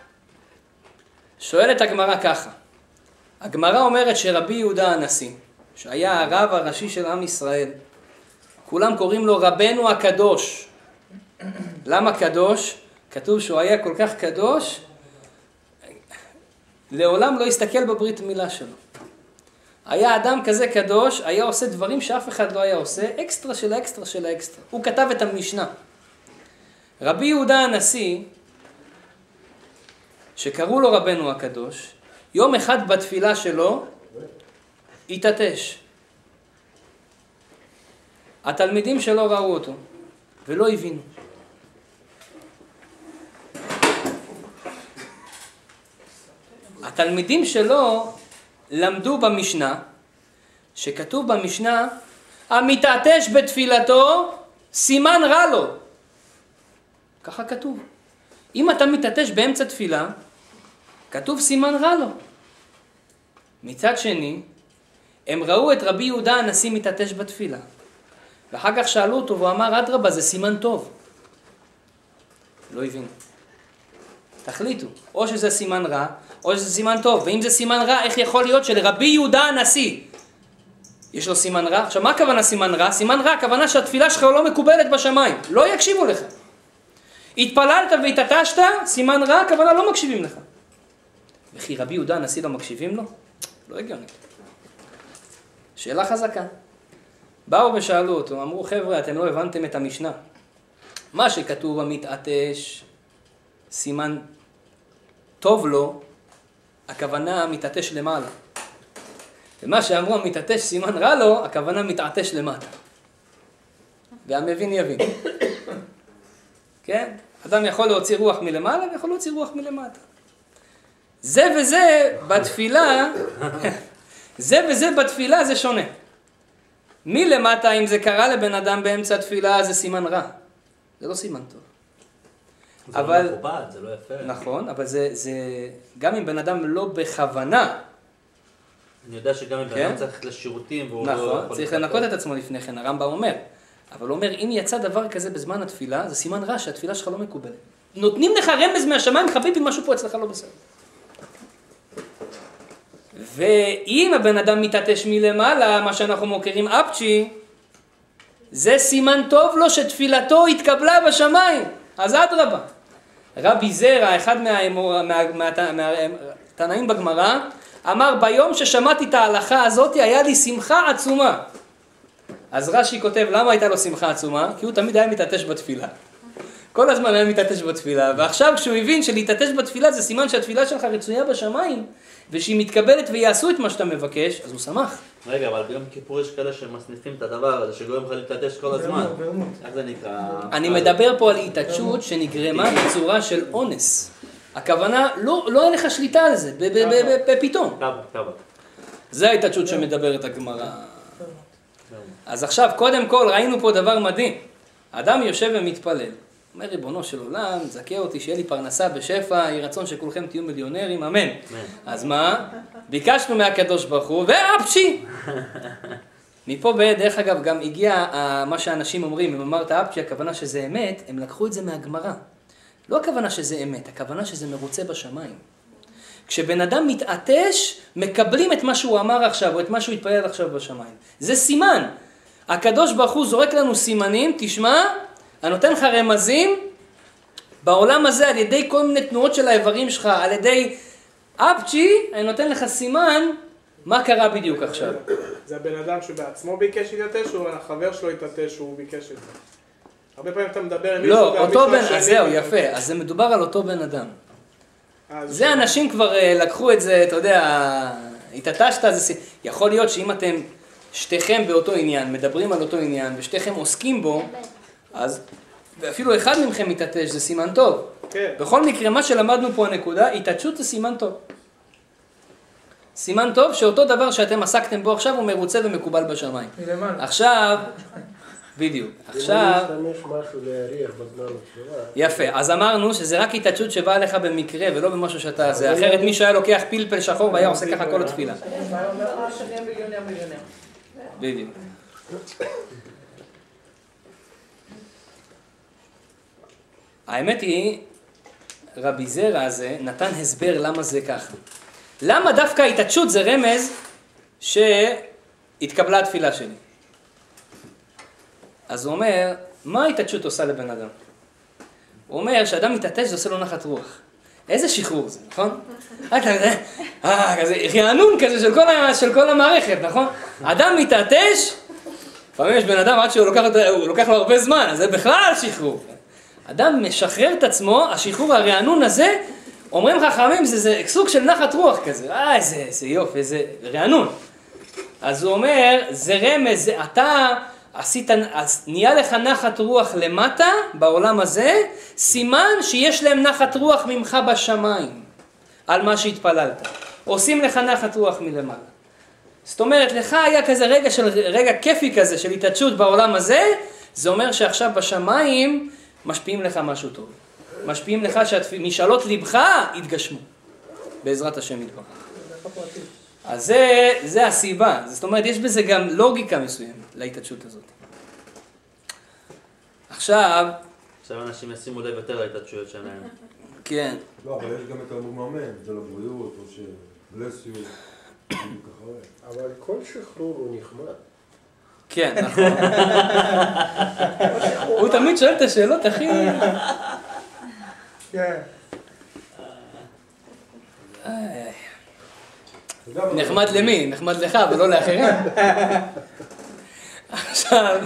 S1: שואלת הגמרא ככה. הגמרא אומרת שרבי יהודה הנשיא, שהיה הרב הראשי של עם ישראל. כולם קוראים לו רבנו הקדוש. למה קדוש? כתוב שהוא היה כל כך קדוש, לעולם לא הסתכל בברית מילה שלו. היה אדם כזה קדוש, היה עושה דברים שאף אחד לא היה עושה, אקסטרה של האקסטרה של האקסטרה. הוא כתב את המשנה. רבי יהודה הנשיא, שקראו לו רבנו הקדוש, יום אחד בתפילה שלו, התעטש. התלמידים שלו ראו אותו, ולא הבינו. התלמידים שלו למדו במשנה, שכתוב במשנה, המתעטש בתפילתו, סימן רע לו. ככה כתוב. אם אתה מתעטש באמצע תפילה, כתוב סימן רע לו. מצד שני, הם ראו את רבי יהודה הנשיא מתעטש בתפילה. ואחר כך שאלו אותו, והוא אמר, אדרבה, זה סימן טוב. לא הבינו. תחליטו, או שזה סימן רע, או שזה סימן טוב. ואם זה סימן רע, איך יכול להיות שלרבי יהודה הנשיא יש לו סימן רע? עכשיו, מה הכוונה סימן רע? סימן רע, הכוונה שהתפילה שלך לא מקובלת בשמיים. לא יקשיבו לך. התפללת והתעטשת, סימן רע, הכוונה לא מקשיבים לך. וכי רבי יהודה הנשיא לא מקשיבים לו? לא הגיוני. שאלה חזקה. באו ושאלו אותו, אמרו, חבר'ה, אתם לא הבנתם את המשנה. מה שכתוב המתעטש, סימן טוב לו, הכוונה מתעטש למעלה. ומה שאמרו המתעטש סימן רע לו, הכוונה מתעטש למטה. והמבין יבין. כן? אדם יכול להוציא רוח מלמעלה ויכול להוציא רוח מלמטה. זה וזה בתפילה, זה וזה בתפילה זה שונה. מלמטה, אם זה קרה לבן אדם באמצע התפילה, זה סימן רע. זה לא סימן טוב.
S2: זה
S1: אבל,
S2: לא מכובד, זה לא יפה.
S1: נכון, אבל זה גם אם בן אדם לא בכוונה.
S2: אני יודע שגם אם בן אדם צריך לשירותים, והוא לא
S1: נכון,
S2: יכול
S1: צריך לנקות את עצמו לפני כן, הרמב"ם אומר. אבל הוא אומר, אם יצא דבר כזה בזמן התפילה, זה סימן רע שהתפילה שלך לא מקובלת. נותנים לך רמז מהשמיים, חביבי, משהו פה אצלך לא בסדר. ואם הבן אדם מתעטש מלמעלה, מה שאנחנו מוכרים אפצ'י, זה סימן טוב לו שתפילתו התקבלה בשמיים. אז אדרבה. רבי זרע, אחד מהתנאים בגמרא, אמר, ביום ששמעתי את ההלכה הזאת, היה לי שמחה עצומה. אז רש"י כותב, למה הייתה לו שמחה עצומה? כי הוא תמיד היה מתעטש בתפילה. כל הזמן היה מתעטש בתפילה, ועכשיו כשהוא הבין שלהתעטש בתפילה זה סימן שהתפילה שלך רצויה בשמיים, ושהיא מתקבלת ויעשו את מה שאתה מבקש, אז הוא שמח.
S2: רגע, אבל ביום כיפור יש כאלה שמסניפים את הדבר הזה, שגורם לך להתעטש כל הזמן. איך זה נקרא?
S1: אני מדבר פה על התעטשות שנגרמה בצורה של אונס. הכוונה, לא אין לך שליטה על זה, בפתאום.
S2: כמה.
S1: זה ההתעטשות שמדברת הגמרא. אז עכשיו, קודם כל, ראינו פה דבר מדהים. האדם יושב ומתפלל. אומר, ריבונו של עולם, זכה אותי שיהיה לי פרנסה בשפע, יהי רצון שכולכם תהיו מיליונרים, אמן. אז מה? ביקשנו מהקדוש ברוך הוא, ואפצ'י! מפה דרך אגב גם הגיע מה שאנשים אומרים, אם אמרת אפצ'י, הכוונה שזה אמת, הם לקחו את זה מהגמרא. לא הכוונה שזה אמת, הכוונה שזה מרוצה בשמיים. כשבן אדם מתעטש, מקבלים את מה שהוא אמר עכשיו, או את מה שהוא התפלל עכשיו בשמיים. זה סימן. הקדוש ברוך הוא זורק לנו סימנים, תשמע, אני נותן לך רמזים, בעולם הזה על ידי כל מיני תנועות של האיברים שלך, על ידי אפצ'י, אני נותן לך סימן, מה קרה בדיוק עכשיו.
S5: זה הבן אדם שבעצמו ביקש להתעטש, או החבר שלו התעטש, הוא ביקש את זה. הרבה פעמים אתה מדבר עם מישהו,
S1: לא, אותו בן, אז זהו, יפה, אז זה מדובר על אותו בן אדם. זה אנשים כבר לקחו את זה, אתה יודע, התעטשת, יכול להיות שאם אתם שתיכם באותו עניין, מדברים על אותו עניין, ושתיכם עוסקים בו, אז ואפילו אחד מכם מתעטש, זה סימן טוב.
S5: כן.
S1: בכל מקרה, מה שלמדנו פה הנקודה, התעטשות זה סימן טוב. סימן טוב שאותו דבר שאתם עסקתם בו עכשיו הוא מרוצה ומקובל בשמיים. עכשיו, בדיוק, עכשיו...
S4: להשתמש משהו להריח בזמן התפילה.
S1: יפה, אז אמרנו שזה רק התעטשות שבאה לך במקרה ולא במשהו שאתה... זה אחרת מישהו היה לוקח פלפל שחור והיה עושה ככה כל התפילה. בדיוק. האמת היא, רבי זרע הזה נתן הסבר למה זה ככה. למה דווקא ההתעטשות זה רמז התקבלה התפילה שלי. אז הוא אומר, מה ההתעטשות עושה לבן אדם? הוא אומר שאדם מתעטש, זה עושה לו נחת רוח. איזה שחרור זה, נכון? כזה רענון כזה של כל המערכת, נכון? אדם מתעטש, לפעמים יש בן אדם עד שהוא לוקח לו הרבה זמן, אז זה בכלל שחרור. אדם משחרר את עצמו, השחרור הרענון הזה, אומרים חכמים, זה סוג של נחת רוח כזה. איזה יופי, איזה רענון. אז הוא אומר, זה רמז, אתה עשית, נהיה לך נחת רוח למטה, בעולם הזה, סימן שיש להם נחת רוח ממך בשמיים, על מה שהתפללת. עושים לך נחת רוח מלמעלה. זאת אומרת, לך היה כזה רגע כיפי כזה של התעטשות בעולם הזה, זה אומר שעכשיו בשמיים משפיעים לך משהו טוב. משפיעים לך שמשאלות לבך יתגשמו, בעזרת השם יתברך. אז זה הסיבה. זאת אומרת, יש בזה גם לוגיקה מסוימת להתעטשות הזאת. עכשיו
S2: אנשים ישימו לב יותר להתעטשויות שלהם.
S1: כן.
S6: לא, אבל יש גם את המאמן, זה לבריאות, או שבלסיו,
S4: אבל כל שחרור הוא נחמד.
S1: כן, נכון. הוא תמיד שואל את השאלות הכי...
S5: כן.
S1: נחמד למי? נחמד לך, אבל לא לאחרים. עכשיו...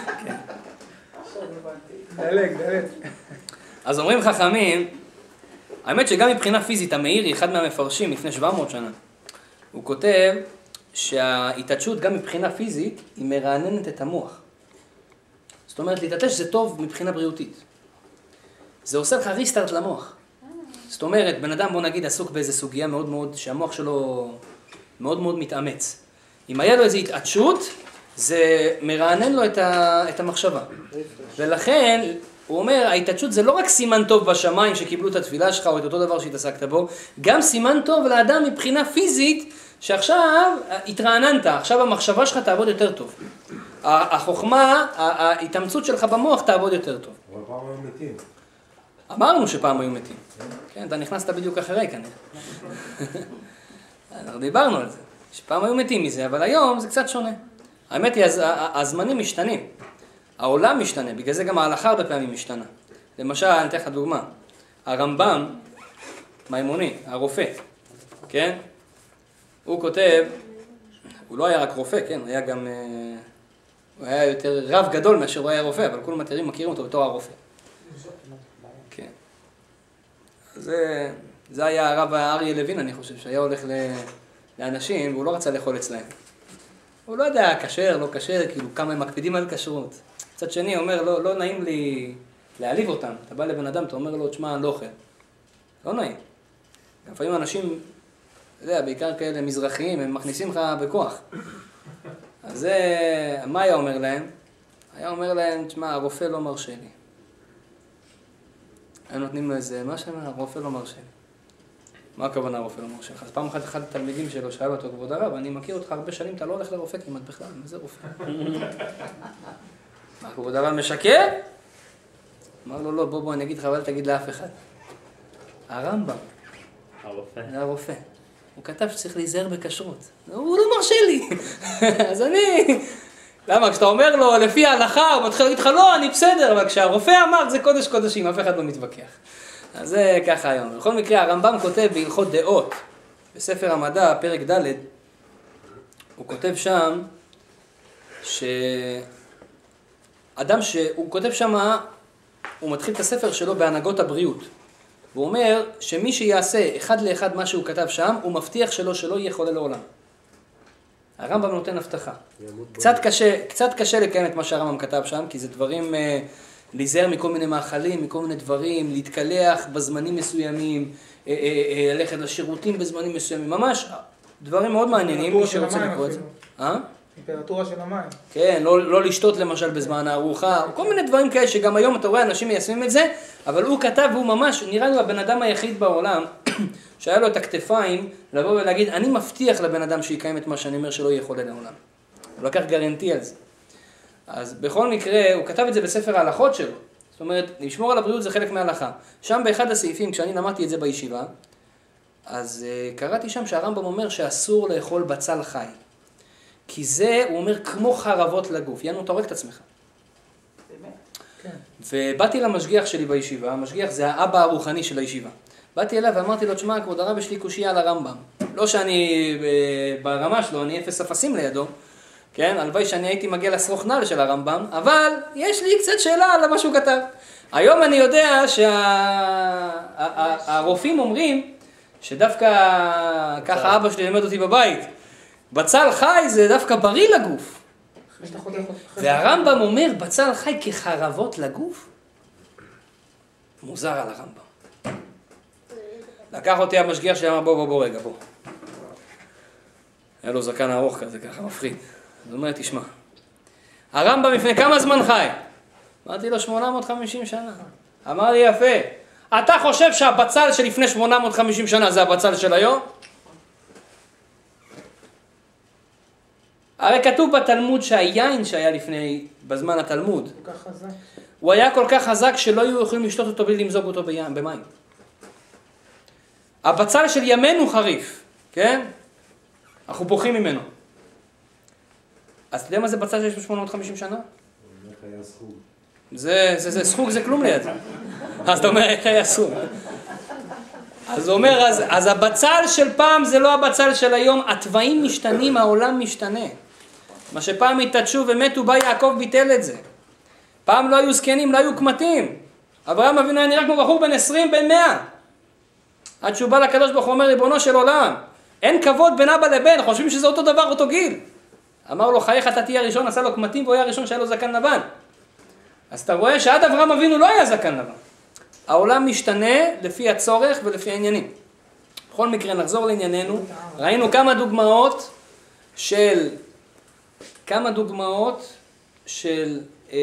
S5: דלג.
S1: אז אומרים חכמים, האמת שגם מבחינה פיזית, המאירי, אחד מהמפרשים לפני 700 שנה, הוא כותב שההתעטשות גם מבחינה פיזית היא מרעננת את המוח. זאת אומרת, להתעטש זה טוב מבחינה בריאותית. זה עושה לך ריסטארט למוח. זאת אומרת, בן אדם בוא נגיד עסוק באיזו סוגיה מאוד מאוד, שהמוח שלו מאוד מאוד מתאמץ. אם היה לו איזו התעטשות, זה מרענן לו את המחשבה. ולכן, הוא אומר, ההתעטשות זה לא רק סימן טוב בשמיים שקיבלו את התפילה שלך או את אותו דבר שהתעסקת בו, גם סימן טוב לאדם מבחינה פיזית, שעכשיו התרעננת, עכשיו המחשבה שלך תעבוד יותר טוב. החוכמה, ההתאמצות שלך במוח תעבוד יותר טוב.
S6: אבל פעם היו מתים.
S1: אמרנו שפעם היו מתים. כן, אתה נכנסת בדיוק אחרי כנראה. אנחנו דיברנו על זה, שפעם היו מתים מזה, אבל היום זה קצת שונה. האמת היא, הזמנים משתנים. העולם משתנה, בגלל זה גם ההלכה הרבה פעמים משתנה. למשל, אני אתן לך דוגמה. הרמב"ם, מימוני, הרופא, כן? הוא כותב, הוא לא היה רק רופא, כן? הוא היה גם, הוא היה יותר רב גדול מאשר הוא היה רופא, אבל כולם מכירים אותו בתור הרופא. כן. זה היה הרב אריה לוין, אני חושב, שהיה הולך לאנשים, והוא לא רצה לאכול אצלהם. הוא לא יודע, כשר, לא כשר, כאילו כמה הם מקפידים על כשרות. מצד שני, הוא אומר, לא נעים לי להעליב אותם. אתה בא לבן אדם, אתה אומר לו, תשמע, אני לא אוכל. לא נעים. לפעמים אנשים, אתה יודע, בעיקר כאלה מזרחיים, הם מכניסים לך בכוח. אז זה, מה היה אומר להם? היה אומר להם, תשמע, הרופא לא מרשה לי. הם נותנים לו איזה, מה שאומר, הרופא לא מרשה לי. מה הכוונה הרופא לא מרשה לך? אז פעם אחת אחד התלמידים שלו שאל אותו, כבוד הרב, אני מכיר אותך הרבה שנים, אתה לא הולך לרופא כמעט בכלל, מה זה רופא? מה, כבוד הרב משקר? אמר לו, לא, בוא, אני אגיד לך, אבל תגיד לאף אחד. הרמב"ם.
S2: הרופא.
S1: זה הרופא. הוא כתב שצריך להיזהר בכשרות. הוא לא מרשה לי. אז אני... למה? כשאתה אומר לו, לפי ההלכה, הוא מתחיל להגיד לך, לא, אני בסדר, אבל כשהרופא אמר, זה קודש קודשים, אף אחד לא מתווכח. אז זה ככה היום. בכל מקרה, הרמב"ם כותב בהלכות דעות, בספר המדע, פרק ד', הוא כותב שם, שאדם שהוא כותב שם, הוא מתחיל את הספר שלו בהנהגות הבריאות. והוא אומר שמי שיעשה אחד לאחד מה שהוא כתב שם, הוא מבטיח שלא יהיה חולה לעולם. הרמב"ם נותן הבטחה. קצת קשה לקיים את מה שהרמב"ם כתב שם, כי זה דברים, להיזהר מכל מיני מאכלים, מכל מיני דברים, להתקלח בזמנים מסוימים, ללכת לשירותים בזמנים מסוימים, ממש דברים מאוד מעניינים, מי שרוצה לקרוא את זה.
S5: טמפרטורה של המים.
S1: כן, לא לשתות למשל בזמן הארוחה, כל מיני דברים כאלה שגם היום אתה רואה אנשים מיישמים את זה, אבל הוא כתב והוא ממש, נראה לי הבן אדם היחיד בעולם, שהיה לו את הכתפיים לבוא ולהגיד, אני מבטיח לבן אדם שיקיים את מה שאני אומר שלא יהיה חולה לעולם. הוא לקח גרנטי על זה. אז בכל מקרה, הוא כתב את זה בספר ההלכות שלו. זאת אומרת, לשמור על הבריאות זה חלק מההלכה. שם באחד הסעיפים, כשאני למדתי את זה בישיבה, אז קראתי שם שהרמב"ם אומר שאסור לאכול בצל חי. כי זה, הוא אומר, כמו חרבות לגוף. יאנו, אתה הורג את עצמך.
S3: באמת?
S4: כן.
S1: ובאתי למשגיח שלי בישיבה, המשגיח זה האבא הרוחני של הישיבה. באתי אליו ואמרתי לו, תשמע, כבוד הרב, יש לי קושיה על הרמב"ם. לא שאני ברמה שלו, אני אפס אפסים לידו, כן? הלוואי שאני הייתי מגיע לסרוך נעל של הרמב"ם, אבל יש לי קצת שאלה על מה שהוא כתב. היום אני יודע שהרופאים אומרים, שדווקא ככה אבא שלי לימד אותי בבית, בצל חי זה דווקא בריא לגוף. והרמב"ם אומר, בצל חי כחרבות לגוף. מוזר על הרמב"ם. לקח אותי המשגיח שלי, אמר בוא רגע, בוא. היה לו זקן ארוך כזה, ככה מפחיד. אז הוא אומר, תשמע, הרמב"ם לפני כמה זמן חי? אמרתי לו 850 שנה. אמר לי, יפה. אתה חושב שהבצל שלפני 850 שנה זה הבצל של היום? הרי כתוב בתלמוד שהיין שהיה לפני, בזמן התלמוד,
S3: כל כך חזק.
S1: הוא היה כל כך חזק שלא היו יכולים לשתות אותו בלי למזוג אותו במים. הבצל של ימינו חריף, כן? אנחנו בוכים ממנו. אז אתה יודע מה זה בצל שיש ב-850 שנה?
S6: איך היה סחוג?
S1: זה סחוג, זה כלום ליד זה. אז אתה אומר, איך היה סחוג? אז הוא אומר, אז הבצל של פעם זה לא הבצל של היום, התוואים משתנים, העולם משתנה. מה שפעם התעדשו ומתו, בא יעקב ביטל את זה. פעם לא היו זקנים, לא היו קמטים. אברהם אבינו היה נראה כמו בחור בן 20, בן 100. עד שהוא בא לקדוש ברוך הוא אומר, ריבונו של עולם, אין כבוד בין אבא לבן, חושבים שזה אותו דבר, אותו גיל. אמר לו, חייך אתה תהיה הראשון, עשה לו קמטים, והוא היה הראשון שהיה לו זקן לבן. אז אתה רואה שעד אברהם אבינו לא היה זקן לבן. העולם משתנה לפי הצורך ולפי העניינים. בכל מקרה, נחזור לענייננו. ראינו כמה דוגמאות של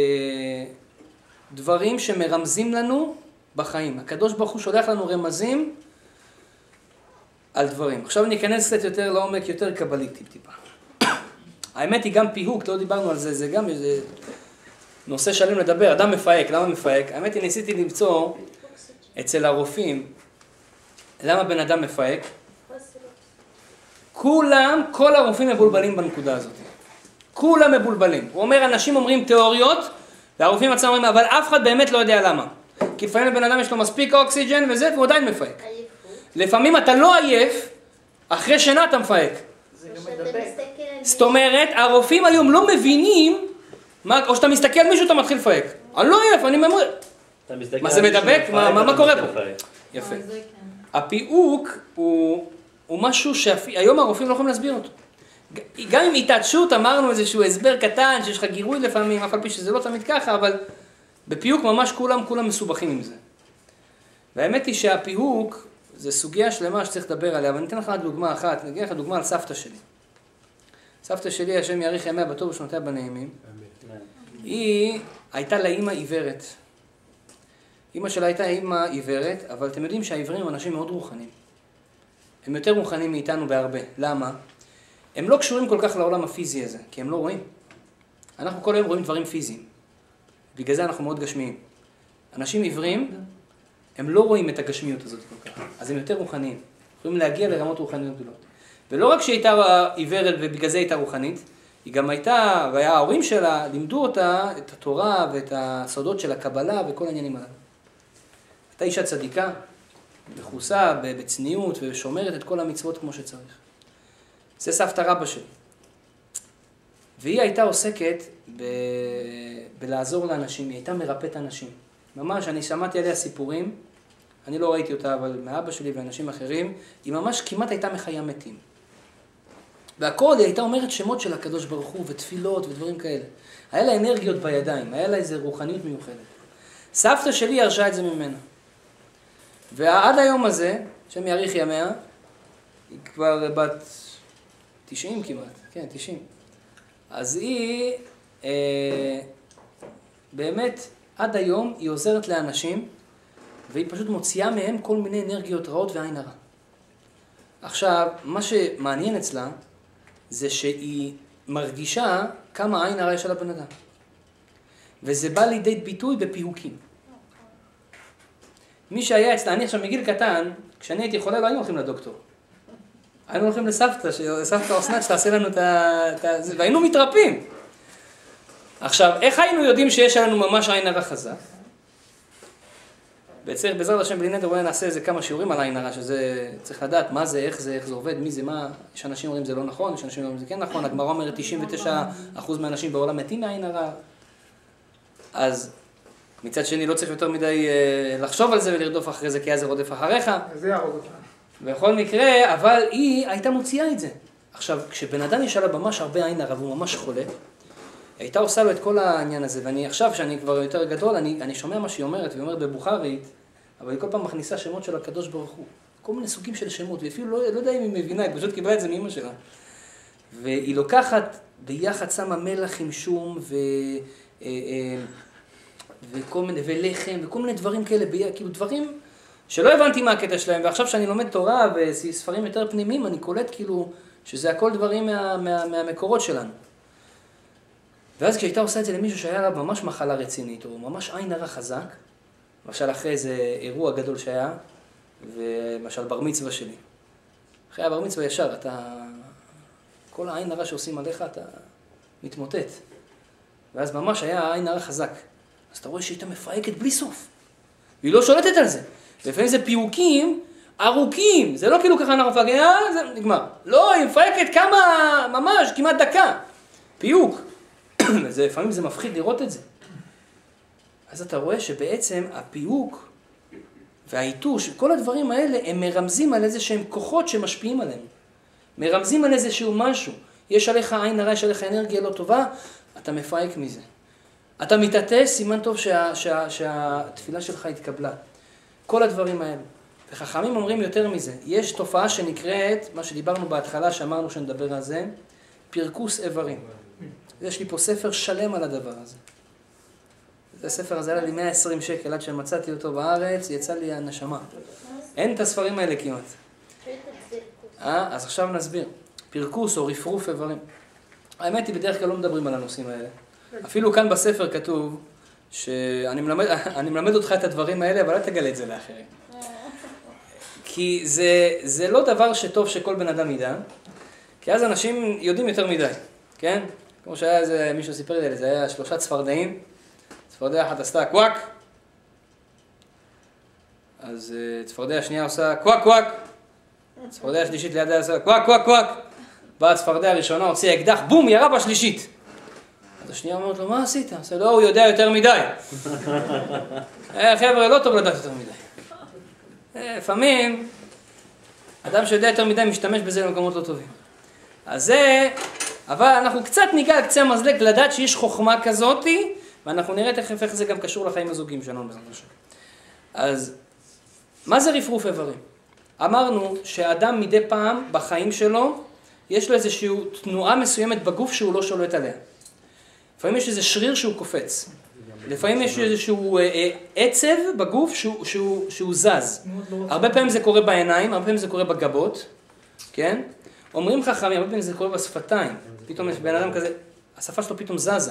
S1: דברים שמרמזים לנו בחיים. הקדוש ברוך הוא שולח לנו רמזים על דברים. עכשיו ניכנס קצת יותר לעומק, יותר קבליסטי טיפה. האמת היא גם פיהוק, לא דיברנו על זה, זה גם איזה נושא שלם לדבר. אדם מפהק, למה מפהק? האמת היא ניסיתי למצוא אצל הרופאים, למה בן אדם מפהק? כל הרופאים מבולבלים בנקודה הזאת. כולם מבולבלים. הוא אומר, אנשים אומרים תיאוריות, והרופאים עצמם אומרים, אבל אף אחד באמת לא יודע למה. כי לפעמים לבן אדם יש לו מספיק אוקסיג'ן וזה, והוא עדיין מפהק. לפעמים אתה לא עייף, אחרי שינה אתה מפהק.
S3: זה גם מדבק.
S1: זאת אומרת, הרופאים היום לא מבינים, או שאתה מסתכל על מישהו, אתה מתחיל לפהק. אני לא עייף, אני ממריא. מה זה מדבק? מה קורה פה? יפה. הפיהוק הוא משהו שהיום הרופאים לא יכולים להסביר אותו. גם אם התעדשות אמרנו איזשהו הסבר קטן, שיש לך גירוי לפעמים, אף על פי שזה לא תמיד ככה, אבל בפיהוק ממש כולם מסובכים עם זה. והאמת היא שהפיהוק זה סוגיה שלמה שצריך לדבר עליה, אבל אני אתן לך דוגמה אחת, אני אגיד לך דוגמה על סבתא שלי. סבתא שלי, השם יאריך ימיה בטוב ושנותיה בנעימים, היא הייתה לה אימא עיוורת. אימא שלה הייתה אימא עיוורת, אבל אתם יודעים שהעיוורים הם אנשים מאוד רוחניים. הם יותר רוחניים מאיתנו בהרבה. למה? הם לא קשורים כל כך לעולם הפיזי הזה, כי הם לא רואים. אנחנו כל היום רואים דברים פיזיים. בגלל זה אנחנו מאוד גשמיים. אנשים עיוורים, הם לא רואים את הגשמיות הזאת כל כך. אז הם יותר רוחניים. יכולים להגיע לרמות רוחניות גדולות. ולא רק שהיא הייתה עיוורת ובגלל זה הייתה רוחנית, היא גם הייתה, וההורים שלה לימדו אותה את התורה ואת הסודות של הקבלה וכל העניינים הללו. הייתה אישה צדיקה, מכוסה בצניעות ושומרת את כל המצוות כמו שצריך. זה סבתא רבא שלי. והיא הייתה עוסקת בלעזור לאנשים, היא הייתה מרפאת אנשים. ממש, אני שמעתי עליה סיפורים, אני לא ראיתי אותה, אבל מאבא שלי ואנשים אחרים, היא ממש כמעט הייתה מחיה מתים. והכל, היא הייתה אומרת שמות של הקדוש ברוך הוא, ותפילות ודברים כאלה. היה לה אנרגיות בידיים, היה לה איזו רוחניות מיוחדת. סבתא שלי ירשה את זה ממנה. ועד היום הזה, שם יאריך ימיה, היא כבר בת 90 כמעט, כן, 90. אז היא, באמת, עד היום היא עוזרת לאנשים, והיא פשוט מוציאה מהם כל מיני אנרגיות רעות ועין הרע. עכשיו, מה שמעניין אצלה, זה שהיא מרגישה כמה עין הרע יש על הבן אדם. וזה בא לידי ביטוי בפיהוקים. מי שהיה אצלה, אני עכשיו מגיל קטן, כשאני הייתי חולה לא היינו הולכים לדוקטור. היינו הולכים לסבתא אסנת שתעשה לנו את זה, והיינו מתרפים. עכשיו, איך היינו יודעים שיש לנו ממש עין הרע חזק? בעזרת השם בלי נדר, אולי נעשה איזה כמה שיעורים על עין הרע, שזה צריך לדעת מה זה, איך זה עובד, מי זה, מה. יש אנשים אומרים זה לא נכון, יש אנשים אומרים זה כן נכון, הגמרא אומרת 99% מהאנשים בעולם מתים מעין הרע. אז מצד שני לא צריך יותר מדי לחשוב על זה ולרדוף אחרי זה, כי אז זה רודף אחריך.
S5: זה יערוד אותך.
S1: בכל מקרה, אבל היא הייתה מוציאה את זה. עכשיו, כשבן אדם יש עליו ממש הרבה עין הרע והוא ממש חולה, הייתה עושה לו את כל העניין הזה, ואני עכשיו, שאני כבר יותר גדול, אני שומע מה שהיא אומרת, והיא אומרת בבוכרית, אבל היא כל פעם מכניסה שמות של הקדוש ברוך הוא. כל מיני סוגים של שמות, ואפילו לא יודע אם היא מבינה, היא פשוט קיבלה את זה מאמא שלה. והיא לוקחת ביחד, שמה מלח עם שום, וכל מיני, ולחם, וכל מיני דברים כאלה, כאילו דברים שלא הבנתי מה הקטע שלהם, ועכשיו שאני לומד תורה וספרים יותר פנימיים, אני קולט כאילו שזה הכל דברים מהמקורות שלנו. ואז כשהייתה עושה את זה למישהו שהיה לה ממש מחלה רצינית, או ממש עין הרע חזק, למשל אחרי איזה אירוע גדול שהיה, ולמשל בר מצווה שלי. אחרי הבר מצווה ישר, כל העין הרע שעושים עליך, אתה מתמוטט. ואז ממש היה עין הרע חזק. אז אתה רואה שהיא הייתה מפרקת בלי סוף. והיא לא שולטת על זה. לפעמים זה פיוקים ארוכים. זה לא כאילו ככה אנחנו מפרקים, זה נגמר. לא, היא מפרקת כמה, ממש, כמעט דקה. פיוק. לפעמים זה מפחיד לראות את זה. אז אתה רואה שבעצם הפיוק והעיתוש, כל הדברים האלה, הם מרמזים על איזה שהם כוחות שמשפיעים עליהם. מרמזים על איזשהו משהו. יש עליך עין הרע, יש עליך אנרגיה לא טובה, אתה מפרק מזה. אתה מתעטש, סימן טוב שהתפילה שלך התקבלה. כל הדברים האלה. וחכמים אומרים יותר מזה. יש תופעה שנקראת, מה שדיברנו בהתחלה, שאמרנו שנדבר על זה, פרקוס איברים. יש לי פה ספר שלם על הדבר הזה. הספר הזה עלה לי 120 שקל, עד שמצאתי אותו בארץ, יצא לי הנשמה. אין את הספרים האלה כמעט. אז עכשיו נסביר. פרקוס או רפרוף איברים. האמת היא, בדרך כלל לא מדברים על הנושאים האלה. אפילו כאן בספר כתוב שאני מלמד אותך את הדברים האלה, אבל אל תגלה את זה לאחרים. כי זה לא דבר שטוב שכל בן אדם ידע, כי אז אנשים יודעים יותר מדי, כן? כמו שהיה איזה, מישהו סיפר לי, זה היה 3 צפרדעים, צפרדע אחת עשתה קוואק, אז צפרדע השנייה עושה קוואק קוואק, צפרדע השלישית לידה עושה קוואק קוואק קוואק, באה הצפרדע הראשונה, הוציאה אקדח, בום, ירה בשלישית. אז השנייה אומרת לו, מה עשית? עושה, לא, הוא יודע יותר מדי. חבר'ה, לא טוב לדעת יותר מדי. לפעמים, אדם שיודע יותר מדי משתמש בזה למקומות לא טובים. אז זה, אבל אנחנו קצת ניגע על קצה המזלג לדעת שיש חוכמה כזאת, ואנחנו נראה תכף איך זה גם קשור לחיים הזוגיים שלנו בעזרת השם. אז, מה זה רפרוף איברים? אמרנו שאדם מדי פעם בחיים שלו, יש לו איזושהי תנועה מסוימת בגוף שהוא לא שולט עליה. לפעמים יש איזה שריר שהוא קופץ. לפעמים יש איזשהו עצב בגוף שהוא זז. הרבה פעמים זה קורה בעיניים, הרבה פעמים זה קורה בגבות, כן? אומרים חכמים, הרבה פעמים זה קורה בשפתיים. פתאום יש בן אדם כזה, השפה שלו פתאום זזה.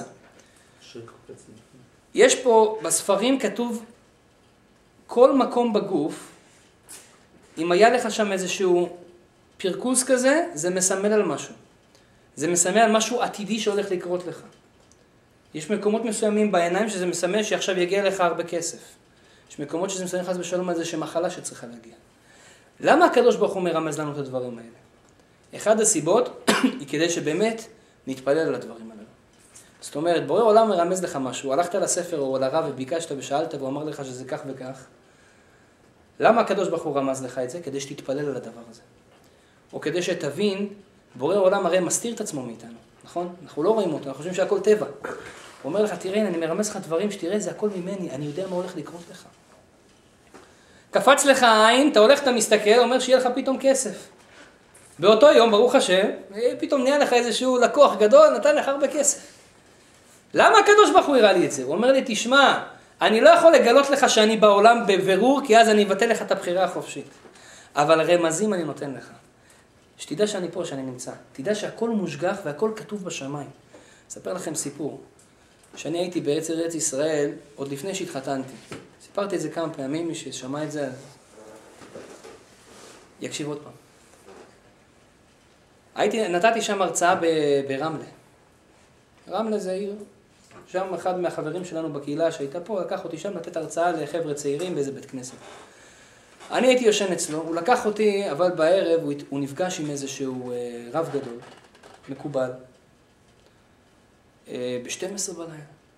S1: יש פה, בספרים כתוב, כל מקום בגוף, אם היה לך שם איזשהו פרקוס כזה, זה מסמל על משהו. זה מסמל על משהו עתידי שהולך לקרות לך. יש מקומות מסוימים בעיניים שזה מסמל שעכשיו יגיע לך הרבה כסף. יש מקומות שזה מסמל חס ושלום על זה שמחלה שצריכה להגיע. למה הקדוש ברוך הוא מרמז לנו את הדברים האלה? אחד הסיבות היא כדי שבאמת נתפלל על הדברים האלה. זאת אומרת, בורא עולם מרמז לך משהו, הלכת לספר או לרב וביקשת ושאלת והוא אמר לך שזה כך וכך. למה הקדוש ברוך הוא רמז לך את זה? כדי שתתפלל על הדבר הזה. או כדי שתבין, בורא עולם הרי מסתיר את עצמו מאיתנו, נכון? אנחנו לא רואים אותו, אנחנו חושבים שהכל טבע. הוא אומר לך, תראה, אני מרמז לך דברים שתראה, זה הכל ממני, אני יודע מה הולך לקרות לך. קפץ לך העין, אתה הולך, אתה מסתכל, אומר שיהיה לך פתאום כסף. באותו יום, ברוך השם, פתאום נהיה לך איזשהו לקוח גדול, נתן לך הרבה כסף. למה הקדוש ברוך הוא הראה לי את זה? הוא אומר לי, תשמע, אני לא יכול לגלות לך שאני בעולם בבירור, כי אז אני אבטל לך את הבחירה החופשית. אבל רמזים אני נותן לך. שתדע שאני פה, שאני נמצא. תדע שהכל מושגח והכל כתוב בשמיים. אספר לכם סיפור. שאני הייתי בארץ ישראל, עוד לפני שהתחתנתי. סיפרתי את זה כמה פעמים, מי ששמע את זה, יקשיב עוד פעם. נתתי שם הרצאה ברמלה. רמלה זה עיר. שם אחד מהחברים שלנו בקהילה שהייתה פה, לקח אותי שם לתת הרצאה לחבר'ה צעירים באיזה בית כנסת. אני הייתי יושן אצלו, הוא לקח אותי, אבל בערב הוא נפגש עם איזשהו רב גדול, מקובל, ב-12 בלילה.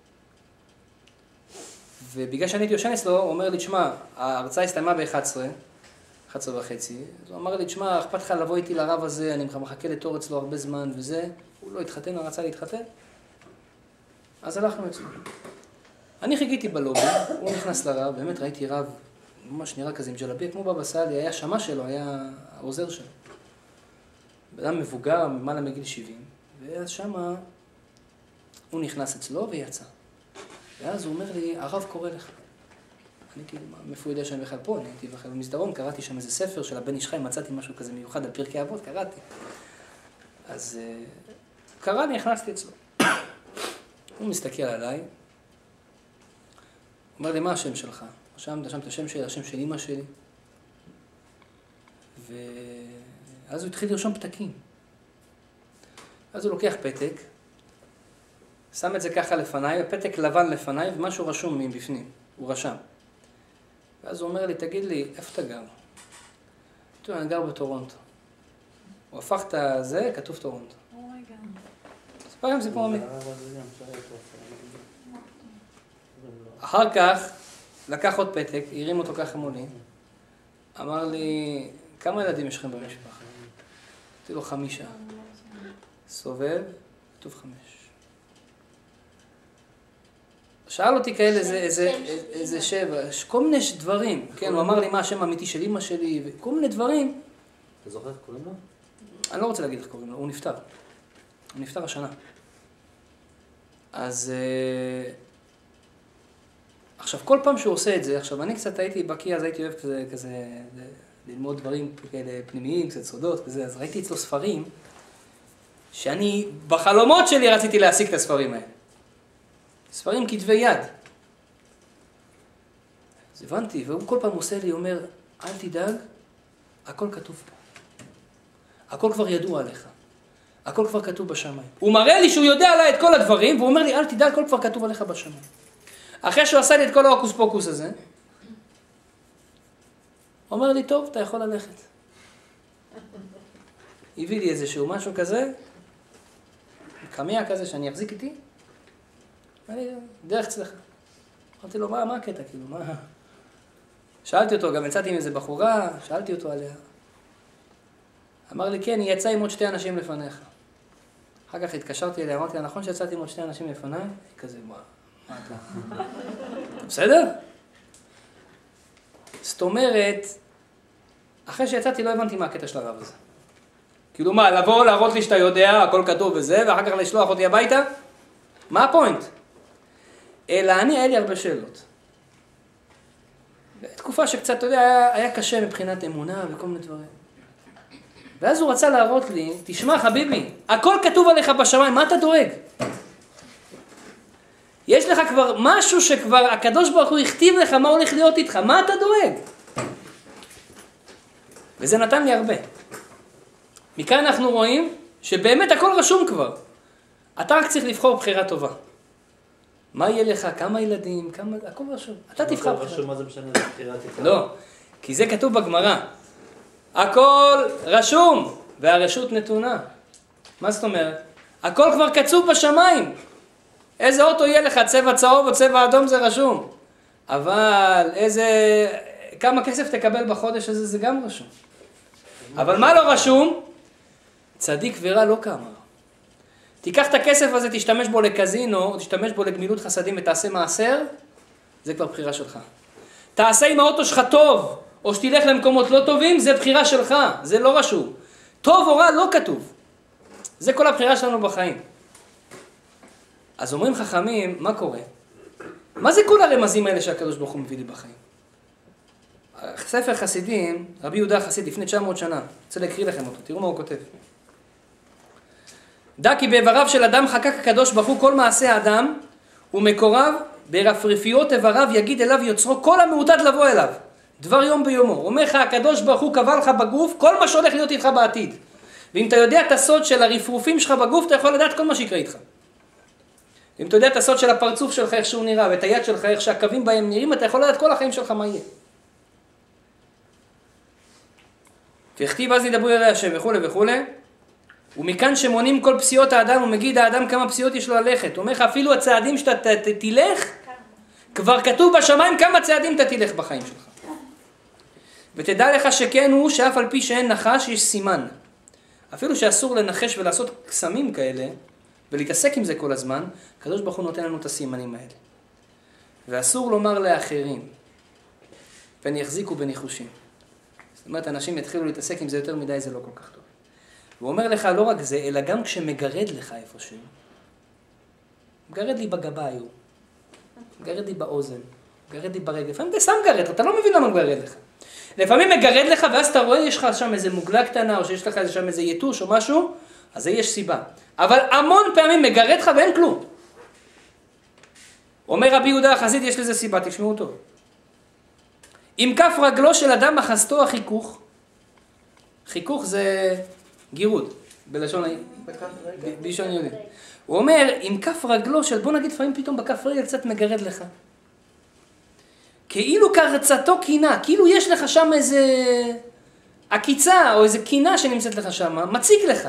S1: ובגלל שאני הייתי יושן אצלו, הוא אומר לי, תשמע, ההרצאה הסתיימה ב-11, 11 וחצי, אז הוא אמר לי, תשמע, אכפת לך לבוא איתי לרב הזה, אני מחכה לתור אצלו הרבה זמן וזה, הוא לא התחתן, הוא רצה להתחתן. אז הלכנו אצלו. אני חיכיתי בלובי, הוא נכנס לרב, באמת ראיתי רב, ממש נראה כזה עם ג'לביה, כמו בבא סאלי, היה שמה שלו, היה העוזר שלו. אדם מבוגר, למעלה מגיל 70, ואז שמה הוא נכנס אצלו ויצא. ואז הוא אומר לי, הרב קורא לך. אני כאילו, מאיפה הוא יודע שאני בכלל פה? אני הייתי בכלל במסדרון, קראתי שם איזה ספר של הבן איש חי, מצאתי משהו כזה מיוחד על פרקי אבות, קראתי. אז קרא, נכנסתי אצלו. הוא מסתכל עליי, הוא אומר לי, מה השם שלך? רשמת שם את השם שלי, השם של אמא שלי. ואז הוא התחיל לרשום פתקים. אז הוא לוקח פתק, שם את זה ככה לפניי, פתק לבן לפניי, ומשהו רשום מבפנים, הוא רשם. ואז הוא אומר לי, תגיד לי, איפה אתה גר? אני גר בטורונטו. הוא הפך את זה, כתוב טורונטו. ספר גם סיפור אמיתי. אחר כך לקח עוד פתק, הרים אותו ככה מולי, אמר לי, כמה ילדים יש לכם במשפחה? אמרתי לו 5. סובב, כתוב 5. שאל אותי כאלה איזה 7, כל מיני דברים, כן, הוא אמר לי מה השם האמיתי של אמא שלי, וכל מיני דברים.
S2: אתה זוכר איך קוראים לו?
S1: אני לא רוצה להגיד איך קוראים לו, הוא נפטר. הוא נפטר השנה. אז עכשיו, כל פעם שהוא עושה את זה, עכשיו, אני קצת הייתי בקיא, אז הייתי אוהב כזה ללמוד דברים כאלה פנימיים, קצת סודות וזה, אז ראיתי אצלו ספרים, שאני בחלומות שלי רציתי להשיג את הספרים האלה. ספרים כתבי יד. אז הבנתי, והוא כל פעם עושה לי, אומר, אל תדאג, הכל כתוב פה. הכל כבר ידוע עליך. הכל כבר כתוב בשמיים. הוא מראה לי שהוא יודע עליי את כל הדברים, והוא אומר לי, אל תדאג, הכל כבר כתוב עליך בשמיים. אחרי שהוא עשה לי את כל ההוקוס פוקוס הזה, הוא אומר לי, טוב, אתה יכול ללכת. הביא לי איזשהו משהו כזה, קמיע כזה שאני אחזיק איתי, דרך צלחה. אמרתי לו, מה הקטע, כאילו, מה? שאלתי אותו, גם יצאתי עם איזה בחורה, שאלתי אותו עליה. אמר לי, כן, היא יצאה עם עוד 2 אנשים לפניך. אחר כך התקשרתי אליה, אמרתי לה, נכון שיצאתי עם עוד 2 אנשים לפניי? כזה, מה אתה? בסדר? זאת אומרת, אחרי שיצאתי לא הבנתי מה הקטע של הרב הזה. כאילו מה, לבוא, להראות לי שאתה יודע, הכל כתוב וזה, ואחר כך לשלוח אותי הביתה? מה הפוינט? אלא היה לי הרבה שאלות. בתקופה שקצת, אתה יודע, היה קשה מבחינת אמונה וכל מיני דברים. ואז הוא רצה להראות לי, תשמע חביבי, הכל כתוב עליך בשמיים, מה אתה דואג? יש לך כבר משהו שכבר הקדוש ברוך הוא הכתיב לך מה הולך להיות איתך, מה אתה דואג? וזה נתן לי הרבה. מכאן אנחנו רואים שבאמת הכל רשום כבר. אתה רק צריך לבחור בחירה טובה. מה יהיה לך, כמה ילדים, כמה, הכל רשום. אתה תבחר בחירה טובה.
S2: מה זה משנה, זה בחירה טובה.
S1: לא, כי זה כתוב בגמרא. הכל רשום והרשות נתונה. מה זאת אומרת? הכל כבר קצוב בשמיים. איזה אוטו יהיה לך, צבע צהוב או צבע אדום זה רשום. אבל כמה כסף תקבל בחודש הזה זה גם רשום. אבל מה לא רשום? צדיק ורע לא כאמר. תיקח את הכסף הזה, תשתמש בו לקזינו, תשתמש בו לגמילות חסדים ותעשה מעשר, זה כבר בחירה שלך. תעשה עם האוטו שלך טוב, או שתלך למקומות לא טובים, זה בחירה שלך, זה לא רשום. טוב או רע לא כתוב. זה כל הבחירה שלנו בחיים. אז אומרים חכמים, מה קורה? מה זה כל הרמזים האלה שהקדוש ברוך הוא מביא לי בחיים? ספר חסידים, רבי יהודה החסיד, לפני 900 שנה, אני רוצה להקריא לכם אותו, תראו מה הוא כותב. דע כי באיבריו של אדם חקק הקדוש ברוך הוא כל מעשה האדם, ומקוריו ברפרפיות איבריו יגיד אליו יוצרו כל המעוטד לבוא אליו. דבר יום ביומו. אומר לך הקדוש ברוך הוא קבע לך בגוף כל מה שהולך להיות איתך בעתיד. ואם אתה יודע את הסוד של הרפרופים שלך בגוף, אתה יכול לדעת כל מה שיקרה איתך. אם אתה יודע את הסוד של הפרצוף שלך, איך שהוא נראה, ואת היד שלך, איך שהקווים בהם נראים, אתה יכול לדעת כל החיים שלך מה יהיה. והכתיב אז ידברו יראי השם וכו' וכו'. ומכאן שמונים כל פסיעות האדם, הוא מגיד האדם כמה פסיעות יש לו ללכת. הוא אומר לך, אפילו הצעדים שאתה תלך, כבר כתוב בשמיים כמה צעדים אתה תלך בחיים שלך. ותדע לך שכן הוא שאף על פי שאין נחש יש סימן. אפילו שאסור לנחש ולעשות קסמים כאלה, ולהתעסק עם זה כל הזמן, הקדוש ברוך הוא נותן לנו את הסימנים האלה. ואסור לומר לאחרים, פן יחזיקו בניחושים. זאת אומרת, אנשים יתחילו להתעסק עם זה יותר מדי, זה לא כל כך טוב. הוא אומר לך לא רק זה, אלא גם כשמגרד לך איפשהו. מגרד לי בגבה היום, מגרד לי באוזן, מגרד לי ברגל. לפעמים אתה שם מגרד, אתה לא מבין למה מגרד לך. לפעמים מגרד לך, ואז אתה רואה, יש לך שם איזה מוגלה קטנה, או שיש לך שם איזה יתוש או משהו, אז זה יש סיבה. אבל המון פעמים מגרד לך ואין כלום. אומר רבי יהודה החסיד, יש לזה סיבה, תשמעו טוב. אם כף רגלו של אדם מחזתו החיכוך, חיכוך זה גירוד, בלשון יהודי. הוא אומר, אם כף רגלו של, בוא נגיד לפעמים פתאום בכף רגל קצת מגרד לך. כאילו קרצתו קינה, כאילו יש לך שם איזה עקיצה או איזה קינה שנמצאת לך שם, מציק לך.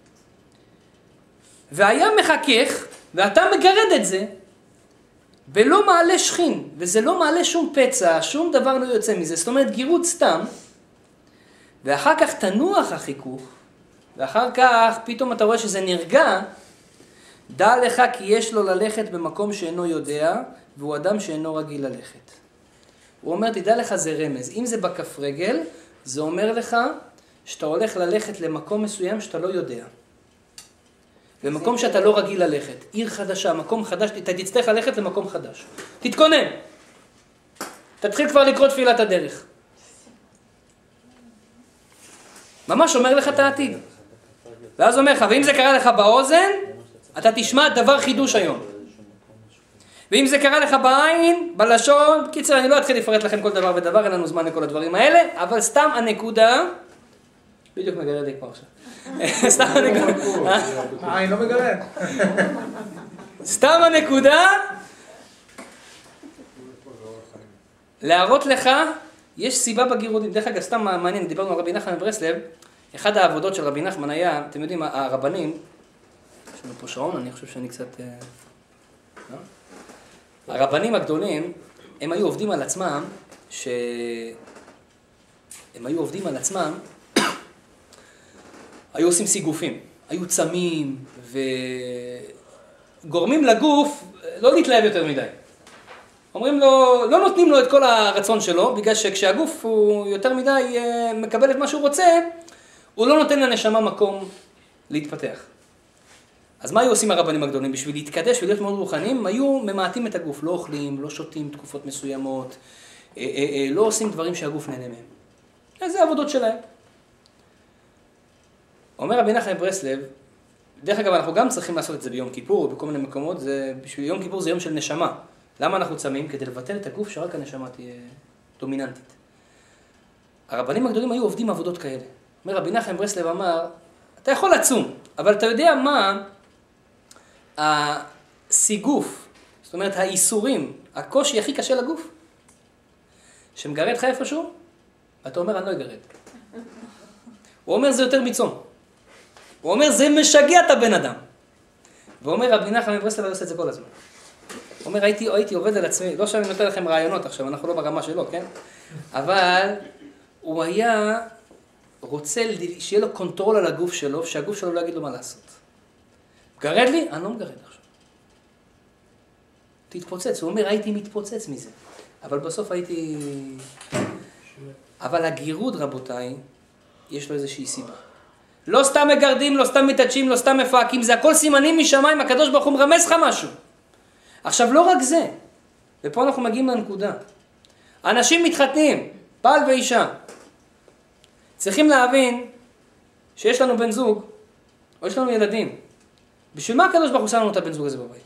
S1: והיה מחכך, ואתה מגרד את זה, ולא מעלה שכין, וזה לא מעלה שום פצע, שום דבר לא יוצא מזה, זאת אומרת גירוד סתם, ואחר כך תנוח החיכוך, ואחר כך פתאום אתה רואה שזה נרגע, דע לך כי יש לו ללכת במקום שאינו יודע, והוא אדם שאינו רגיל ללכת. הוא אומר, תדע לך זה רמז, אם זה בכף רגל, זה אומר לך שאתה הולך ללכת למקום מסוים שאתה לא יודע. במקום שאתה לא רגיל ללכת, עיר חדשה, מקום חדש, אתה תצטרך ללכת למקום חדש. תתכונן. תתחיל כבר לקרוא תפילת הדרך. ממש אומר לך את העתיד. ואז אומר לך, ואם זה קרה לך באוזן, אתה תשמע דבר חידוש היום. ואם זה קרה לך בעין, בלשון, בקיצר, אני לא אתחיל לפרט לכם כל דבר ודבר, אין לנו זמן לכל הדברים האלה, אבל סתם הנקודה, בדיוק מגרד לי כבר עכשיו. סתם הנקודה.
S5: אני לא מגרד.
S1: סתם הנקודה, להראות לך, יש סיבה בגירודים. דרך אגב, סתם מעניין, דיברנו על רבי נחמן מברסלב, אחד העבודות של רבי נחמן היה, אתם יודעים, הרבנים, יש לנו פה שעון, אני חושב שאני קצת... הרבנים הגדולים, הם היו עובדים על עצמם, היו עושים סיגופים, היו צמים וגורמים לגוף לא להתלהב יותר מדי. אומרים לו, לא נותנים לו את כל הרצון שלו, בגלל שכשהגוף הוא יותר מדי מקבל את מה שהוא רוצה, הוא לא נותן לנשמה מקום להתפתח. אז מה היו עושים הרבנים הגדולים? בשביל להתקדש ולהיות מאוד רוחניים, היו ממעטים את הגוף, לא אוכלים, לא שותים תקופות מסוימות, לא עושים דברים שהגוף נהנה מהם. זה העבודות שלהם. אומר רבי נחמן מברסלב, דרך אגב אנחנו גם צריכים לעשות את זה ביום כיפור, בכל מיני מקומות, בשביל יום כיפור זה יום של נשמה. למה אנחנו צמים? כדי לבטל את הגוף שרק הנשמה תהיה דומיננטית. הרבנים הגדולים היו עובדים עבודות כאלה. אומר רבי נחמן מברסלב אמר, אתה יכול לצום, אבל אתה יודע מה הסיגוף, זאת אומרת האיסורים, הקושי הכי קשה לגוף, שמגרד לך איפשהו, ואתה אומר אני לא אגרד. הוא אומר זה יותר מצום. הוא אומר זה משגע את הבן אדם. ואומר רבי נחמן מברסלב עושה את זה כל הזמן. הוא אומר הייתי עובד על עצמי, לא שאני נותן לכם רעיונות עכשיו, אנחנו לא ברמה שלו, כן? אבל הוא היה רוצה שיהיה לו קונטרול על הגוף שלו, שהגוף שלו לא יגיד לו מה לעשות. גרד לי? אני לא מגרד עכשיו. תתפוצץ, הוא אומר הייתי מתפוצץ מזה. אבל בסוף הייתי... אבל הגירוד רבותיי, יש לו איזושהי סיבה. לא סתם מגרדים, לא סתם מתעדשים, לא סתם מפהקים, זה הכל סימנים משמיים, הקדוש ברוך הוא מרמז לך משהו. עכשיו לא רק זה, ופה אנחנו מגיעים לנקודה. אנשים מתחתנים, בעל ואישה. צריכים להבין שיש לנו בן זוג, או יש לנו ילדים. בשביל מה הקדוש ברוך הוא שם לנו את הבן זוג הזה בבית?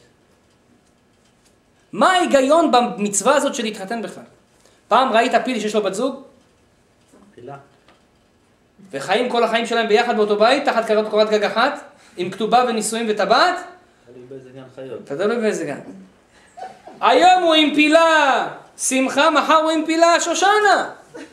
S1: מה ההיגיון במצווה הזאת של להתחתן בכלל? פעם ראית פיל שיש לו בת זוג?
S2: פילה.
S1: וחיים כל החיים שלהם ביחד באותו בית, תחת קורת גג אחת, עם כתובה ונישואים וטבעת?
S2: תלוי באיזה גן חיות.
S1: תלוי באיזה גן. היום הוא עם פילה שמחה, מחר הוא עם פילה שושנה.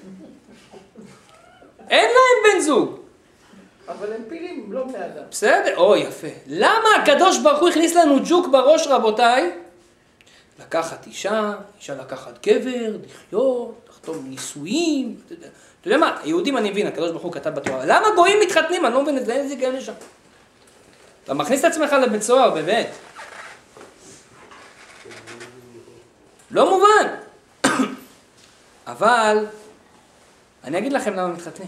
S1: אין להם בן זוג.
S3: אבל הם פילים, לא בני אדם.
S1: בסדר, או יפה. למה הקדוש ברוך הוא הכניס לנו ג'וק בראש, רבותיי? לקחת אישה לקחת גבר, לחיות, לחתום נישואים. אתה יודע מה, היהודים אני מבין, הקדוש ברוך הוא כתב בתורה. למה גויים מתחתנים? אני לא מבין את זה, איזה גאון לשם. אתה מכניס את עצמך לבית סוהר, באמת. לא מובן. אבל, אני אגיד לכם למה מתחתנים.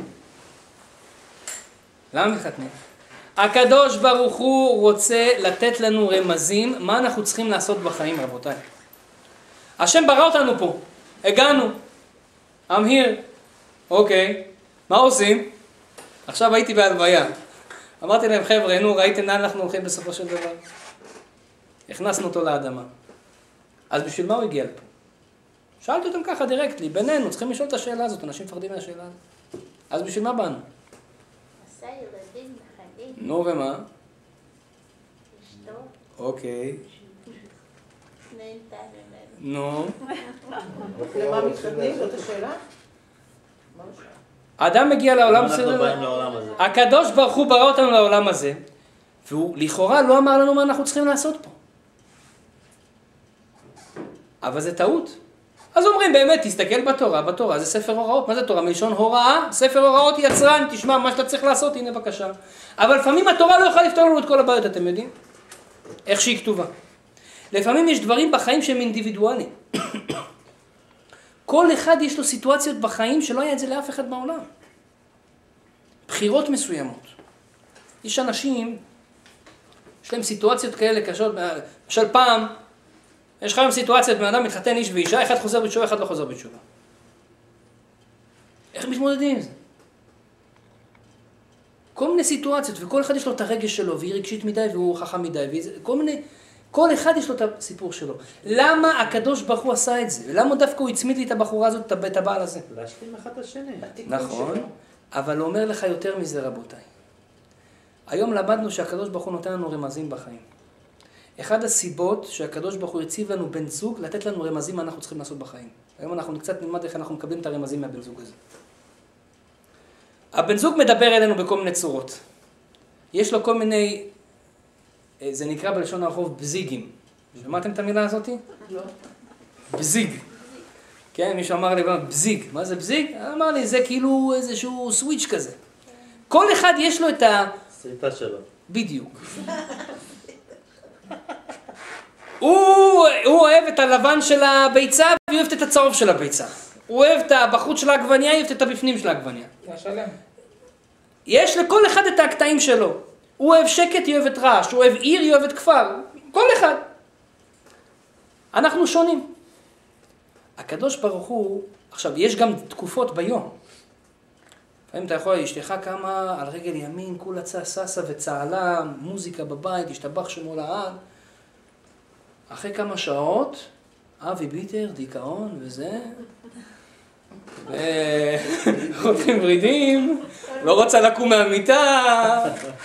S1: למה מתחתנים? הקדוש ברוך הוא רוצה לתת לנו רמזים, מה אנחנו צריכים לעשות בחיים, רבותיי. השם ברא אותנו פה, הגענו, I'm here, אוקיי, מה עושים? עכשיו הייתי בהלוויה, אמרתי להם חבר'ה, נו ראיתם לאן אנחנו הולכים בסופו של דבר? הכנסנו אותו לאדמה, אז בשביל מה הוא הגיע לפה? שאלתי אותם ככה דירקטלי, בינינו, צריכים לשאול את השאלה הזאת, אנשים מפחדים מהשאלה הזאת. אז בשביל מה באנו?
S7: עשה ילדים נכדים.
S1: נו ומה?
S7: אשתו.
S1: אוקיי.
S7: שני תארים.
S1: נו.
S3: למה מתחתנים? זאת השאלה? מה השאלה?
S1: האדם מגיע לעולם,
S2: אנחנו באים לעולם הזה.
S1: הקדוש ברוך הוא ברא אותנו לעולם הזה, והוא לכאורה לא אמר לנו מה אנחנו צריכים לעשות פה. אבל זה טעות. אז אומרים באמת, תסתכל בתורה, בתורה זה ספר הוראות. מה זה תורה? מלשון הוראה, ספר הוראות יצרן, תשמע מה שאתה צריך לעשות, הנה בבקשה. אבל לפעמים התורה לא יכולה לפתור לנו את כל הבעיות, אתם יודעים? איך שהיא כתובה. לפעמים יש דברים בחיים שהם אינדיבידואליים. כל אחד יש לו סיטואציות בחיים שלא היה את זה לאף אחד בעולם. בחירות מסוימות. יש אנשים, יש להם סיטואציות כאלה קשות, למשל פעם, יש לך היום סיטואציות, בן אדם מתחתן איש ואישה, אחד חוזר בתשובה, אחד לא חוזר בתשובה. איך מתמודדים עם זה? כל מיני סיטואציות, וכל אחד יש לו את הרגש שלו, והיא רגשית מדי והוא חכם מדי, כל אחד יש לו את הסיפור שלו. למה הקדוש ברוך הוא עשה את זה? ולמה דווקא הוא הצמיד לי את הבחורה הזאת, את הבעל הזה?
S2: להשלים אחד את השני.
S1: נכון, אבל הוא אומר לך יותר מזה רבותיי. היום למדנו שהקדוש ברוך הוא נותן לנו רמזים בחיים. אחד הסיבות שהקדוש ברוך הוא הציב לנו בן זוג, לתת לנו רמזים מה אנחנו צריכים לעשות בחיים. היום אנחנו קצת נלמד איך אנחנו מקבלים את הרמזים מהבן זוג הזה. הבן זוג מדבר אלינו בכל מיני צורות. יש לו כל מיני, זה נקרא בלשון הרחוב בזיגים. שמעתם את המילה הזאת?
S3: לא.
S1: בזיג. כן, מישהו אמר לי, בזיג. מה זה בזיג? אמר לי, זה כאילו איזשהו סוויץ' כזה. כל אחד יש לו את
S2: סריטה שלו.
S1: בדיוק. הוא אוהב את הלבן של הביצה, והיא אוהבת את הצהוב של הביצה. הוא אוהב את הבחוץ של העגבניה, היא אוהבת את הבפנים של העגבניה.
S5: זה השלם.
S1: יש לכל אחד את הקטעים שלו. הוא אוהב שקט, היא אוהבת רעש. הוא אוהב עיר, היא אוהבת כפר. כל אחד. אנחנו שונים. הקדוש ברוך הוא, עכשיו, יש גם תקופות ביום. לפעמים אתה יכול, אשתך קמה על רגל ימין, כולה ססה וצהלה, מוזיקה בבית, השתבח שמו לעד. אחרי כמה שעות, אבי ביטר, דיכאון וזה, וחותכים ורידים, לא רוצה לקום מהמיטה,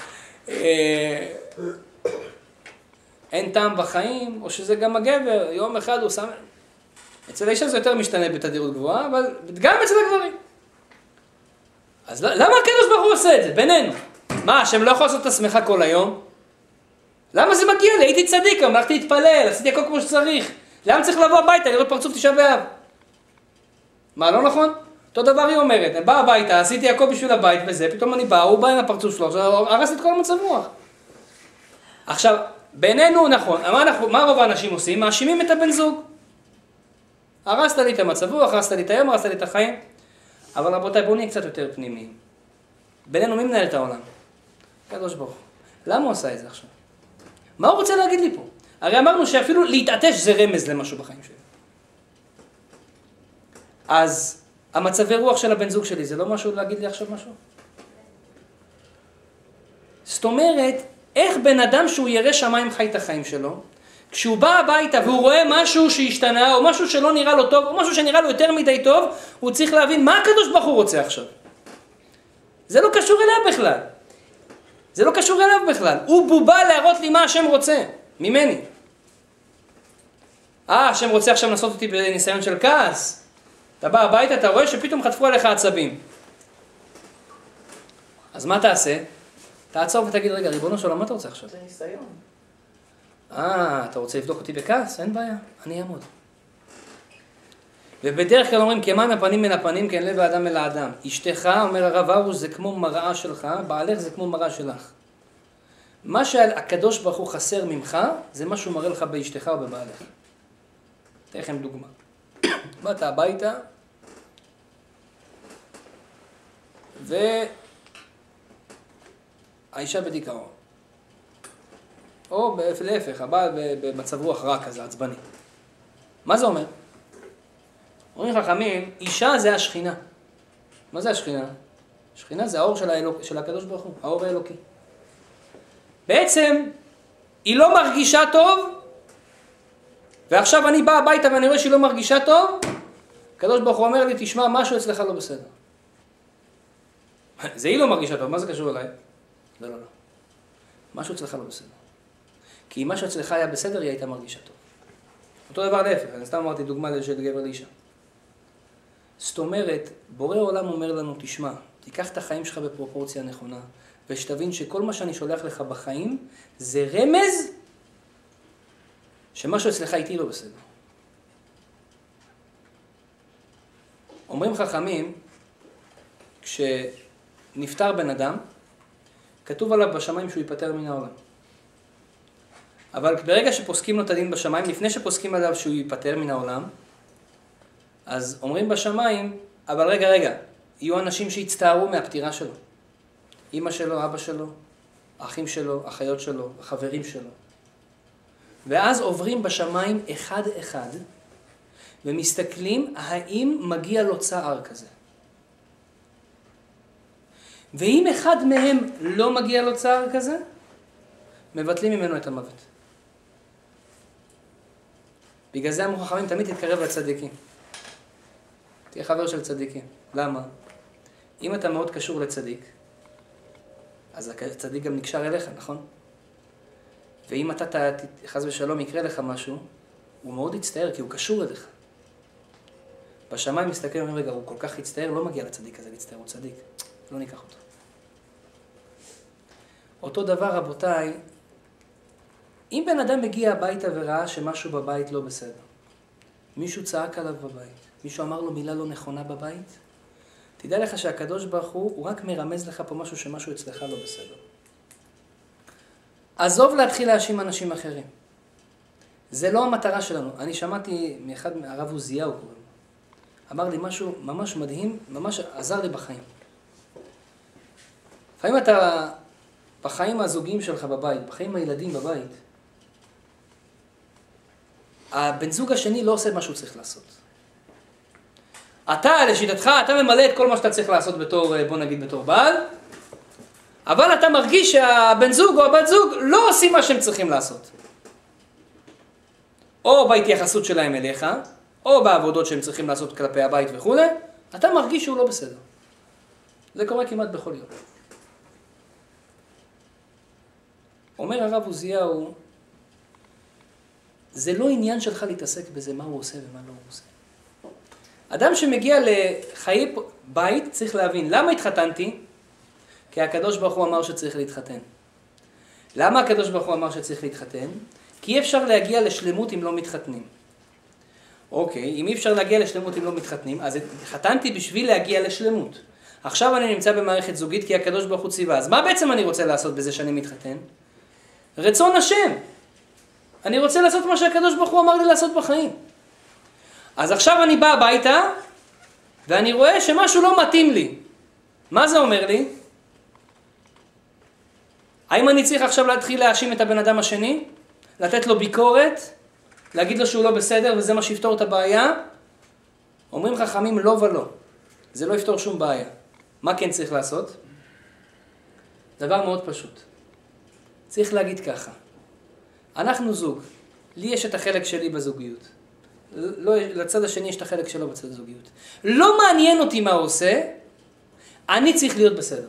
S1: אין טעם בחיים, או שזה גם הגבר, יום אחד הוא שם... אצל האישה זה יותר משתנה בתדירות גבוהה, אבל גם אצל הגברים. אז למה הקדוש ברוך הוא עושה את זה? בינינו. מה, השם לא יכול לעשות את עצמך כל היום? למה זה מגיע לי? הייתי צדיק, הלכתי להתפלל, עשיתי הכל כמו שצריך. למה צריך לבוא הביתה, לראות פרצוף תשעה באב? מה, לא נכון? אותו דבר היא אומרת, אני בא הביתה, עשיתי הכל בשביל הבית וזה, פתאום אני בא, הוא בא עם הפרצוף שלו, הרס את כל המצב רוח. עכשיו, בינינו נכון, מה רוב האנשים עושים? מאשימים את הבן זוג. הרסת לי את המצב רוח, הרסת לי את היום, הרסת לי את החיים. אבל רבותיי, בואו נהיה קצת יותר פנימיים. בינינו מי מנהל את העולם? הקדוש ברוך הוא. למה הוא עשה את זה עכשיו? מה הוא רוצה להגיד לי פה? הרי אמרנו שאפילו להתעטש זה רמז למשהו בחיים שלי. אז המצבי רוח של הבן זוג שלי, זה לא משהו להגיד לי עכשיו משהו? זאת אומרת, איך בן אדם שהוא ירא שמיים חי את החיים שלו, כשהוא בא הביתה והוא רואה משהו שהשתנה, או משהו שלא נראה לו טוב, או משהו שנראה לו יותר מדי טוב, הוא צריך להבין מה הקדוש ברוך הוא רוצה עכשיו. זה לא קשור אליו בכלל. זה לא קשור אליו בכלל. הוא בובה להראות לי מה השם רוצה, ממני. השם רוצה עכשיו לנסות אותי בניסיון של כעס. אתה בא הביתה, אתה רואה שפתאום חטפו עליך עצבים. אז מה תעשה? תעצור ותגיד, רגע, ריבונו של עולם, מה אתה רוצה עכשיו?
S3: זה ניסיון.
S1: אתה רוצה לבדוק אותי בכעס? אין בעיה, אני אעמוד. ובדרך כלל אומרים, כמים הפנים מן הפנים, כן לב האדם אל האדם. אשתך, אומר הרב ארוש, זה כמו מראה שלך, בעלך זה כמו מראה שלך. מה שהקדוש ברוך הוא חסר ממך, זה מה שהוא מראה לך באשתך או בבעלך. אתן לכם דוגמה. באת הביתה, והאישה בדיכאון. או להפך, הבעל במצב רוח רע כזה, עצבני. מה זה אומר? אומרים חכמים, אישה זה השכינה. מה זה השכינה? השכינה זה האור של הקדוש ברוך הוא, האור האלוקי. בעצם, היא לא מרגישה טוב, ועכשיו אני בא הביתה ואני רואה שהיא לא מרגישה טוב, הקדוש ברוך הוא אומר לי, תשמע, משהו אצלך לא בסדר. זה היא לא מרגישה טוב, מה זה קשור אליי? לא. משהו אצלך לא בסדר. כי אם משהו אצלך היה בסדר, היא הייתה מרגישה טוב. אותו דבר להפך, אני סתם אמרתי דוגמה של גבר לאישה. זאת אומרת, בורא עולם אומר לנו, תשמע, תיקח את החיים שלך בפרופורציה נכונה, ושתבין שכל מה שאני שולח לך בחיים, זה רמז שמשהו אצלך איתי לא בסדר. אומרים חכמים, כשנפטר בן אדם, כתוב עליו בשמיים שהוא ייפטר מן העולם. אבל ברגע שפוסקים לו את הדין בשמיים, לפני שפוסקים עליו שהוא ייפטר מן העולם, אז אומרים בשמיים, אבל רגע, יהיו אנשים שהצטערו מהפטירה שלו. אמא שלו, אבא שלו, האחים שלו, אחיות שלו, החברים שלו. ואז עוברים בשמיים אחד, ומסתכלים האם מגיע לו צער כזה. ואם אחד מהם לא מגיע לו צער כזה, מבטלים ממנו את המוות. בגלל זה אמרו חכמים, תמיד תתקרב לצדיקים. תהיה חבר של צדיקים. למה? אם אתה מאוד קשור לצדיק, אז הצדיק גם נקשר אליך, נכון? ואם אתה חס ושלום יקרה לך משהו, הוא מאוד יצטער, כי הוא קשור אליך. בשמיים מסתכל ואומרים, רגע, הוא כל כך יצטער, לא מגיע לצדיק הזה להצטער, הוא צדיק. לא ניקח אותו. אותו דבר, רבותיי, אם בן אדם מגיע הביתה וראה שמשהו בבית לא בסדר, מישהו צעק עליו בבית, מישהו אמר לו מילה לא נכונה בבית, תדע לך שהקדוש ברוך הוא רק מרמז לך פה משהו שמשהו אצלך לא בסדר. עזוב להתחיל להאשים אנשים אחרים. זה לא המטרה שלנו. אני שמעתי מאחד, הרב עוזיהו קוראים. אמר לי משהו ממש מדהים, ממש עזר לי בחיים. לפעמים אתה, בחיים הזוגיים שלך בבית, בחיים הילדים בבית, הבן זוג השני לא עושה מה שהוא צריך לעשות. אתה, לשיטתך, אתה ממלא את כל מה שאתה צריך לעשות בתור, בוא נגיד בתור בעל, אבל אתה מרגיש שהבן זוג או הבת זוג לא עושים מה שהם צריכים לעשות. או בהתייחסות שלהם אליך, או בעבודות שהם צריכים לעשות כלפי הבית וכו', אתה מרגיש שהוא לא בסדר. זה קורה כמעט בכל יום. אומר הרב עוזיהו, זה לא עניין שלך להתעסק בזה, מה הוא עושה ומה לא הוא עושה. אדם שמגיע לחיי בית צריך להבין, למה התחתנתי? כי הקדוש ברוך הוא אמר שצריך להתחתן. למה הקדוש ברוך הוא אמר שצריך להתחתן? כי אי אפשר להגיע לשלמות אם לא מתחתנים. אוקיי, אם אי אפשר להגיע לשלמות אם לא מתחתנים, אז התחתנתי בשביל להגיע לשלמות. עכשיו אני נמצא במערכת זוגית כי הקדוש ברוך הוא ציווה. אז מה בעצם אני רוצה לעשות בזה שאני מתחתן? רצון השם. אני רוצה לעשות מה שהקדוש ברוך הוא אמר לי לעשות בחיים. אז עכשיו אני בא הביתה, ואני רואה שמשהו לא מתאים לי. מה זה אומר לי? האם אני צריך עכשיו להתחיל להאשים את הבן אדם השני? לתת לו ביקורת? להגיד לו שהוא לא בסדר וזה מה שיפתור את הבעיה? אומרים חכמים לא ולא. זה לא יפתור שום בעיה. מה כן צריך לעשות? דבר מאוד פשוט. צריך להגיד ככה. אנחנו זוג. לי יש את החלק שלי בזוגיות. לא, לצד השני יש את החלק שלו בצד הזוגיות. לא מעניין אותי מה הוא עושה, אני צריך להיות בסדר.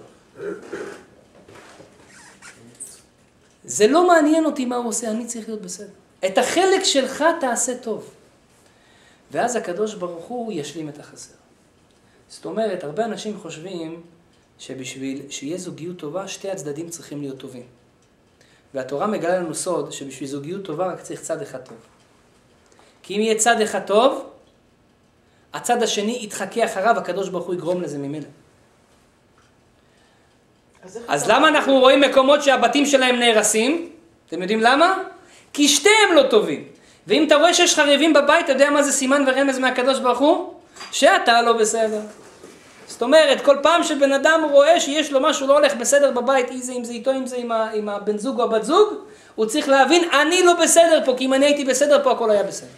S1: זה לא מעניין אותי מה הוא עושה, אני צריך להיות בסדר. את החלק שלך תעשה טוב. ואז הקדוש ברוך הוא ישלים את החסר. זאת אומרת, הרבה אנשים חושבים שבשביל שיהיה זוגיות טובה, שתי הצדדים צריכים להיות טובים. והתורה מגלה לנו סוד שבשביל זוגיות טובה רק צריך צד אחד טוב. כי אם יהיה צד אחד טוב, הצד השני יתחכה אחריו, הקדוש ברוך הוא יגרום לזה ממילא. אז למה אנחנו רואים מקומות שהבתים שלהם נהרסים? אתם יודעים למה? כי שתיהם לא טובים. ואם אתה רואה שיש חריבים בבית, אתה יודע מה זה סימן ורמז מהקדוש ברוך הוא? שאתה לא בסדר. זאת אומרת, כל פעם שבן אדם רואה שיש לו משהו לא הולך בסדר בבית, אם זה איתו, אם זה עם הבן זוג או הבת זוג, הוא צריך להבין, אני לא בסדר פה, כי אם אני הייתי בסדר פה, הכל היה בסדר.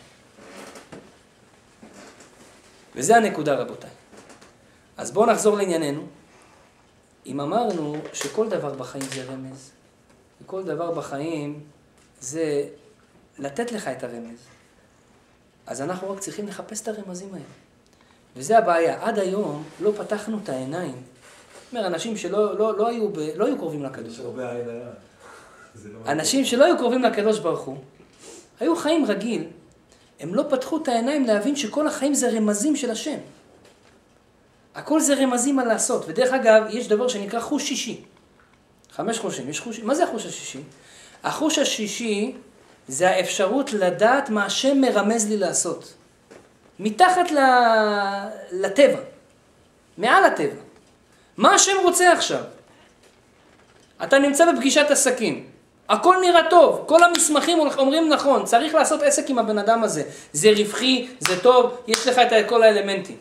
S1: וזה הנקודה, רבותיי. אז בואו נחזור לענייננו. אם אמרנו שכל דבר בחיים זה רמז, וכל דבר בחיים זה לתת לך את הרמז, אז אנחנו רק צריכים לחפש את הרמזים האלה. וזה הבעיה. עד היום לא פתחנו את העיניים. זאת אומרת, אנשים שלא היו קרובים לקדוש. אנשים שלא היו קרובים לקדוש ברוך הוא, היו חיים רגיל, הם לא פתחו את העיניים להבין שכל החיים זה רמזים של השם. הכל זה רמזים מה לעשות. ודרך אגב, יש דבר שנקרא חוש שישי. 5 חושים. מה זה החוש השישי? החוש השישי זה האפשרות לדעת מה השם מרמז לי לעשות. מתחת לטבע. מעל הטבע. מה השם רוצה עכשיו? אתה נמצא בפגישת עסקים. הכל נראה טוב. כל המסמכים אומרים נכון. צריך לעשות עסק עם הבן אדם הזה. זה רווחי, זה טוב, יש לך את כל האלמנטים.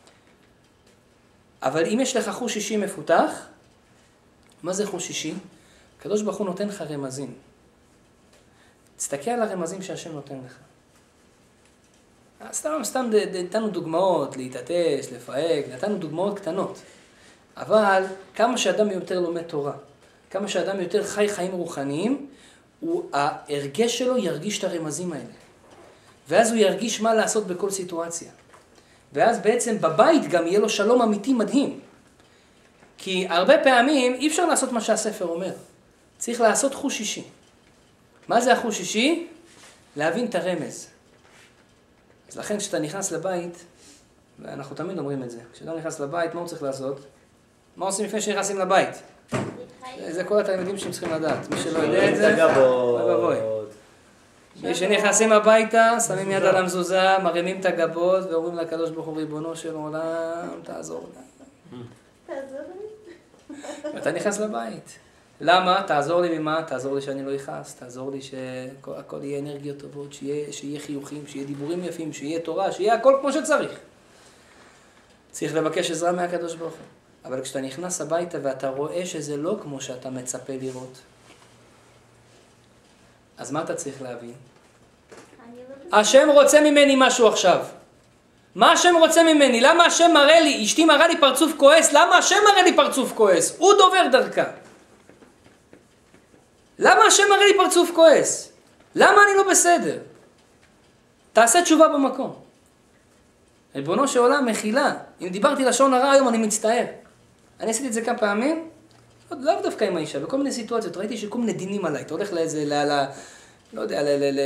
S1: אבל אם יש לך חוש שישי מפותח, מה זה חוש שישי? הקדוש ברוך הוא נותן לך רמזים. תסתכל על הרמזים שהשם נותן לך. סתם נתנו דוגמאות, להתעטש, לפהק, נתנו דוגמאות קטנות. אבל כמה שאדם יותר לומד תורה, כמה שאדם יותר חי חיים רוחניים, ההרגש שלו ירגיש את הרמזים האלה. ואז הוא ירגיש מה לעשות בכל סיטואציה. ואז בעצם בבית גם יהיה לו שלום אמיתי מדהים. כי הרבה פעמים אי אפשר לעשות מה שהספר אומר. צריך לעשות חוש שישי. מה זה החוש שישי? להבין את הרמז. אז לכן כשאתה נכנס לבית, ואנחנו תמיד אומרים את זה, כשאתה נכנס לבית, מה הוא צריך לעשות? מה עושים לפני שנכנסים לבית? זה כל התלמידים שהם צריכים לדעת. מי שלא יודע את זה, בבוי. מי שנכנסים הביתה, שמים יד על המזוזה, מרימים את הגבות ואומרים לקדוש ברוך הוא ריבונו של עולם, תעזור לי.
S7: תעזור לי.
S1: ואתה נכנס לבית. למה? תעזור לי ממה? תעזור לי שאני לא יכעס, תעזור לי שהכל יהיה אנרגיות טובות, שיהיה חיוכים, שיהיה דיבורים יפים, שיהיה תורה, שיהיה הכל כמו שצריך. צריך לבקש עזרה מהקדוש ברוך הוא. אבל כשאתה נכנס הביתה ואתה רואה שזה לא כמו שאתה מצפה לראות, אז מה אתה צריך להבין? השם רוצה ממני משהו עכשיו. מה השם רוצה ממני? למה השם מראה לי? אשתי מראה לי פרצוף כועס. למה השם מראה לי פרצוף כועס? הוא דובר דרכה. למה השם מראה לי פרצוף כועס? למה אני לא בסדר? תעשה תשובה במקום. ריבונו של עולם, מחילה. אם דיברתי לשון הרע היום, אני מצטער. אני עשיתי את זה כמה פעמים, לא דווקא עם האישה, בכל מיני סיטואציות. ראיתי שכל מיני דינים עליי. אתה הולך לאיזה, לא יודע,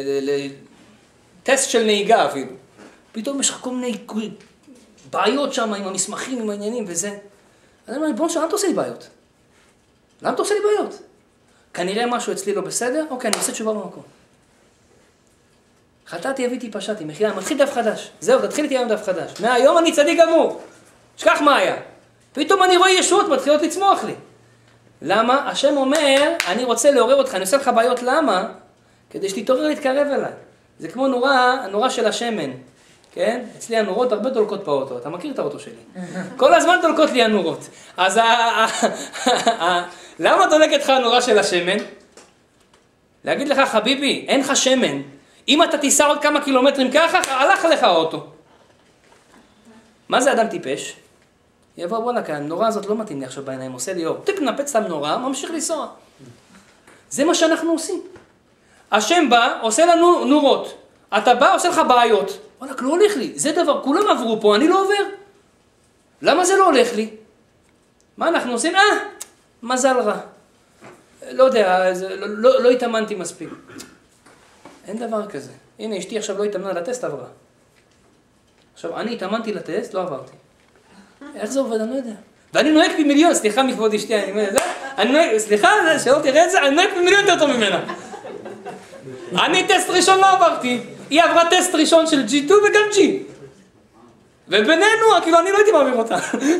S1: טסט של נהיגה אפילו. פתאום יש לך כל מיני בעיות שם עם המסמכים, עם העניינים וזה. אז אני אומר, ריבונו של עולם, למה אתה עושה לי בעיות? למה אתה עושה לי בעיות? כנראה משהו אצלי לא בסדר, אוקיי, אני עושה תשובה במקום. חטאתי, הביתי, פשעתי, מחילה, מתחיל דף חדש. זהו, תתחיל איתי היום דף חדש. מהיום אני צדיק גמור. שכח מה היה. פתאום אני רואה ישות, מתחילות לצמוח לי. למה? השם אומר, אני רוצה לעורר אותך, אני עושה לך בעיות, למה? כדי שתתעורר להתקרב אליי. זה כמו הנורה של השמן. כן? אצלי הנורות הרבה דולקות באוטו. אתה מכיר את האוטו שלי. כל הזמן דולקות לי הנורות. אז למה דולקת לך הנורה של השמן? להגיד לך, חביבי, אין לך שמן. אם אתה תיסע עוד כמה קילומטרים ככה, הלך לך האוטו. מה זה אדם טיפש? יבוא, בוא לכאן, הנורה הזאת לא מתאים לי עכשיו בעיניים, עושה לי אור. טיק, נפץ את הנורה, ממשיך לנסוע. זה מה שאנחנו עושים. השם בא, עושה לנו נורות. אתה בא, עושה לך בעיות. וואלק, לא הולך לי. זה דבר, כולם עברו פה, אני לא עובר. למה זה לא הולך לי? מה אנחנו עושים? מזל רע. לא יודע, לא התאמנתי מספיק. אין דבר כזה. הנה, אשתי עכשיו לא התאמנה לטסט, עברה. עכשיו, אני התאמנתי לטסט, לא עברתי. איך זה עובד? אני לא יודע. ואני נוהג פי מיליון, סליחה מכבוד אשתי, אני אומר, סליחה, שלא תראה את זה, אני נוהג פי מיליון יותר טוב ממנה. אני טסט ראשון לא עברתי, היא עברה טסט ראשון של G2 וגם G. ובינינו, כאילו אני לא הייתי מעביר אותה.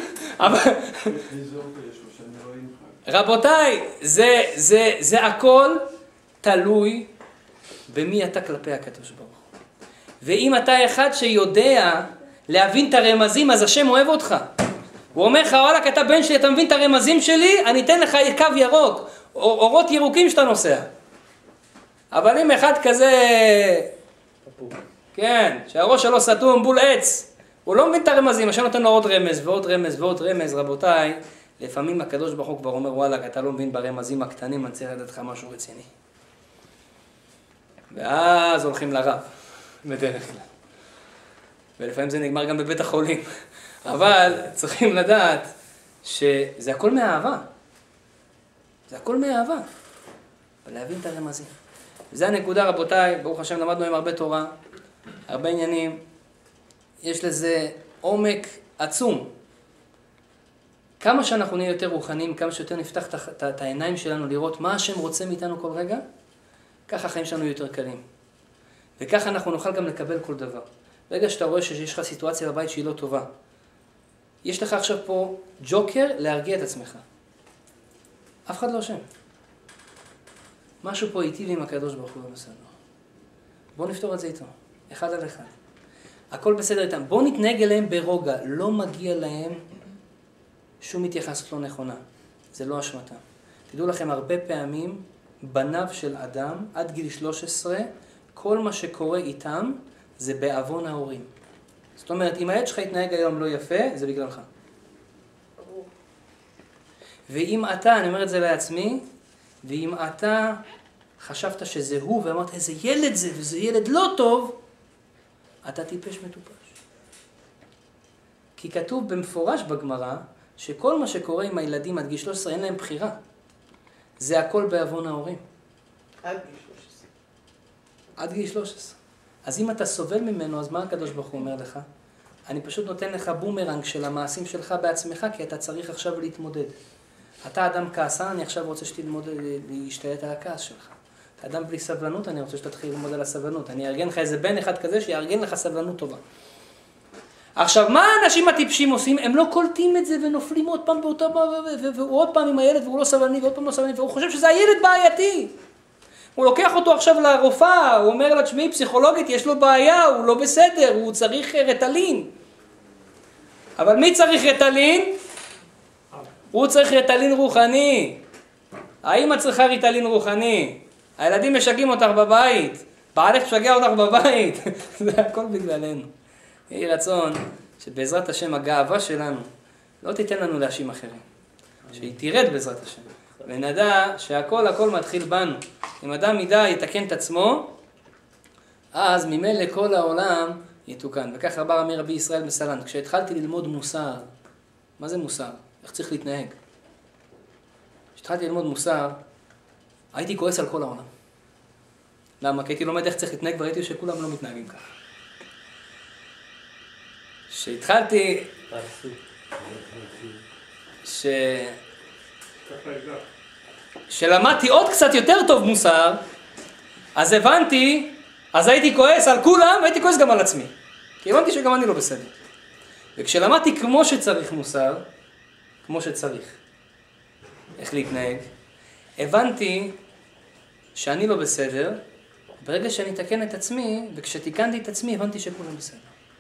S1: רבותיי, זה הכל תלוי במי אתה כלפי הקדוש ברוך הוא. ואם אתה אחד שיודע להבין את הרמזים, אז השם אוהב אותך. הוא אומר לך, וואלק, אתה בן שלי, אתה מבין את הרמזים שלי? אני אתן לך קו ירוק, אורות ירוקים שאתה נוסע. אבל אם אחד כזה, כן, שהראש שלו סתום בול עץ, הוא לא מבין את הרמזים, השם נותן לו עוד רמז ועוד רמז ועוד רמז, רבותיי, לפעמים הקדוש ברוך הוא כבר אומר, וואלק, אתה לא מבין ברמזים הקטנים, אני צריך לדעת לך משהו רציני. ואז הולכים לרב, בדרך כלל. ולפעמים זה נגמר גם בבית החולים. אבל צריכים לדעת שזה הכל מהאהבה. זה הכל מהאהבה. ולהבין את הרמזים. וזה הנקודה, רבותיי, ברוך השם למדנו עם הרבה תורה, הרבה עניינים. יש לזה עומק עצום. כמה שאנחנו נהיה יותר רוחניים, כמה שיותר נפתח את העיניים שלנו לראות מה השם רוצה מאיתנו כל רגע, ככה החיים שלנו יותר קלים. וככה אנחנו נוכל גם לקבל כל דבר. ברגע שאתה רואה שיש לך סיטואציה בבית שהיא לא טובה, יש לך עכשיו פה ג'וקר להרגיע את עצמך. אף אחד לא אשם. משהו פה איתי ועם הקדוש ברוך הוא בסדר. בואו נפתור את זה איתו. אחד על אחד. הכל בסדר איתם. בואו נתנהג אליהם ברוגע. לא מגיע להם שום התייחסות לא נכונה. זה לא אשמתם. תדעו לכם, הרבה פעמים בניו של אדם עד גיל 13, כל מה שקורה איתם זה בעוון ההורים. זאת אומרת, אם הילד שלך יתנהג היום לא יפה, זה בגללך. ואם אתה, אני אומר את זה לעצמי, ואם אתה חשבת שזה הוא ואמרת איזה ילד זה וזה ילד לא טוב, אתה טיפש מטופש. כי כתוב במפורש בגמרא, שכל מה שקורה עם הילדים עד גיל 13 אין להם בחירה. זה הכל בעוון ההורים.
S3: עד גיל 13.
S1: עד גיל 13. אז אם אתה סובל ממנו, אז מה הקדוש ברוך הוא אומר לך? אני פשוט נותן לך בומרנג של המעשים שלך בעצמך, כי אתה צריך עכשיו להתמודד. אתה אדם כעסן, אני עכשיו רוצה שתלמוד להשתלט על הכעס שלך. אתה אדם בלי סבלנות, אני רוצה שתתחיל ללמוד על הסבלנות. אני ארגן לך איזה בן אחד כזה שיארגן לך סבלנות טובה. עכשיו, מה האנשים הטיפשים עושים? הם לא קולטים את זה ונופלים עוד פעם באותה, ועוד פעם עם הילד והוא לא סבלני ועוד פעם לא סבלני, והוא חושב שזה הילד בעייתי. הוא לוקח אותו עכשיו לרופאה, הוא אומר לה, תשמעי, פסיכולוגית, יש לו בעיה, הוא לא בסדר, הוא צריך רטלין. אבל מי צריך רטלין? הוא צריך רטלין רוחני. האמא צריכה רטלין רוחני. הילדים משגעים אותך בבית. בעלך משגע אותך בבית. זה הכל בגללנו. יהי רצון שבעזרת השם הגאווה שלנו לא תיתן לנו להאשים אחרים. שהיא תירד בעזרת השם. ונדע שהכל מתחיל בנו. אם אדם ידע יתקן את עצמו, אז ממילא כל העולם יתוקן. וכך אמר רבי ישראל מסלנט, כשהתחלתי ללמוד מוסר, מה זה מוסר? איך צריך להתנהג? כשהתחלתי ללמוד מוסר, הייתי כועס על כל העולם. למה? כי הייתי לומד איך צריך להתנהג וראיתי שכולם לא מתנהגים ככה. כשהתחלתי... שלמדתי עוד קצת יותר טוב מוסר, אז הבנתי, אז הייתי כועס על כולם והייתי כועס גם על עצמי. כי הבנתי שגם אני לא בסדר. וכשלמדתי כמו שצריך מוסר, כמו שצריך, איך להתנהג, הבנתי שאני לא בסדר, ברגע שאני אתקן את עצמי, וכשתיקנתי את עצמי הבנתי שכולם בסדר.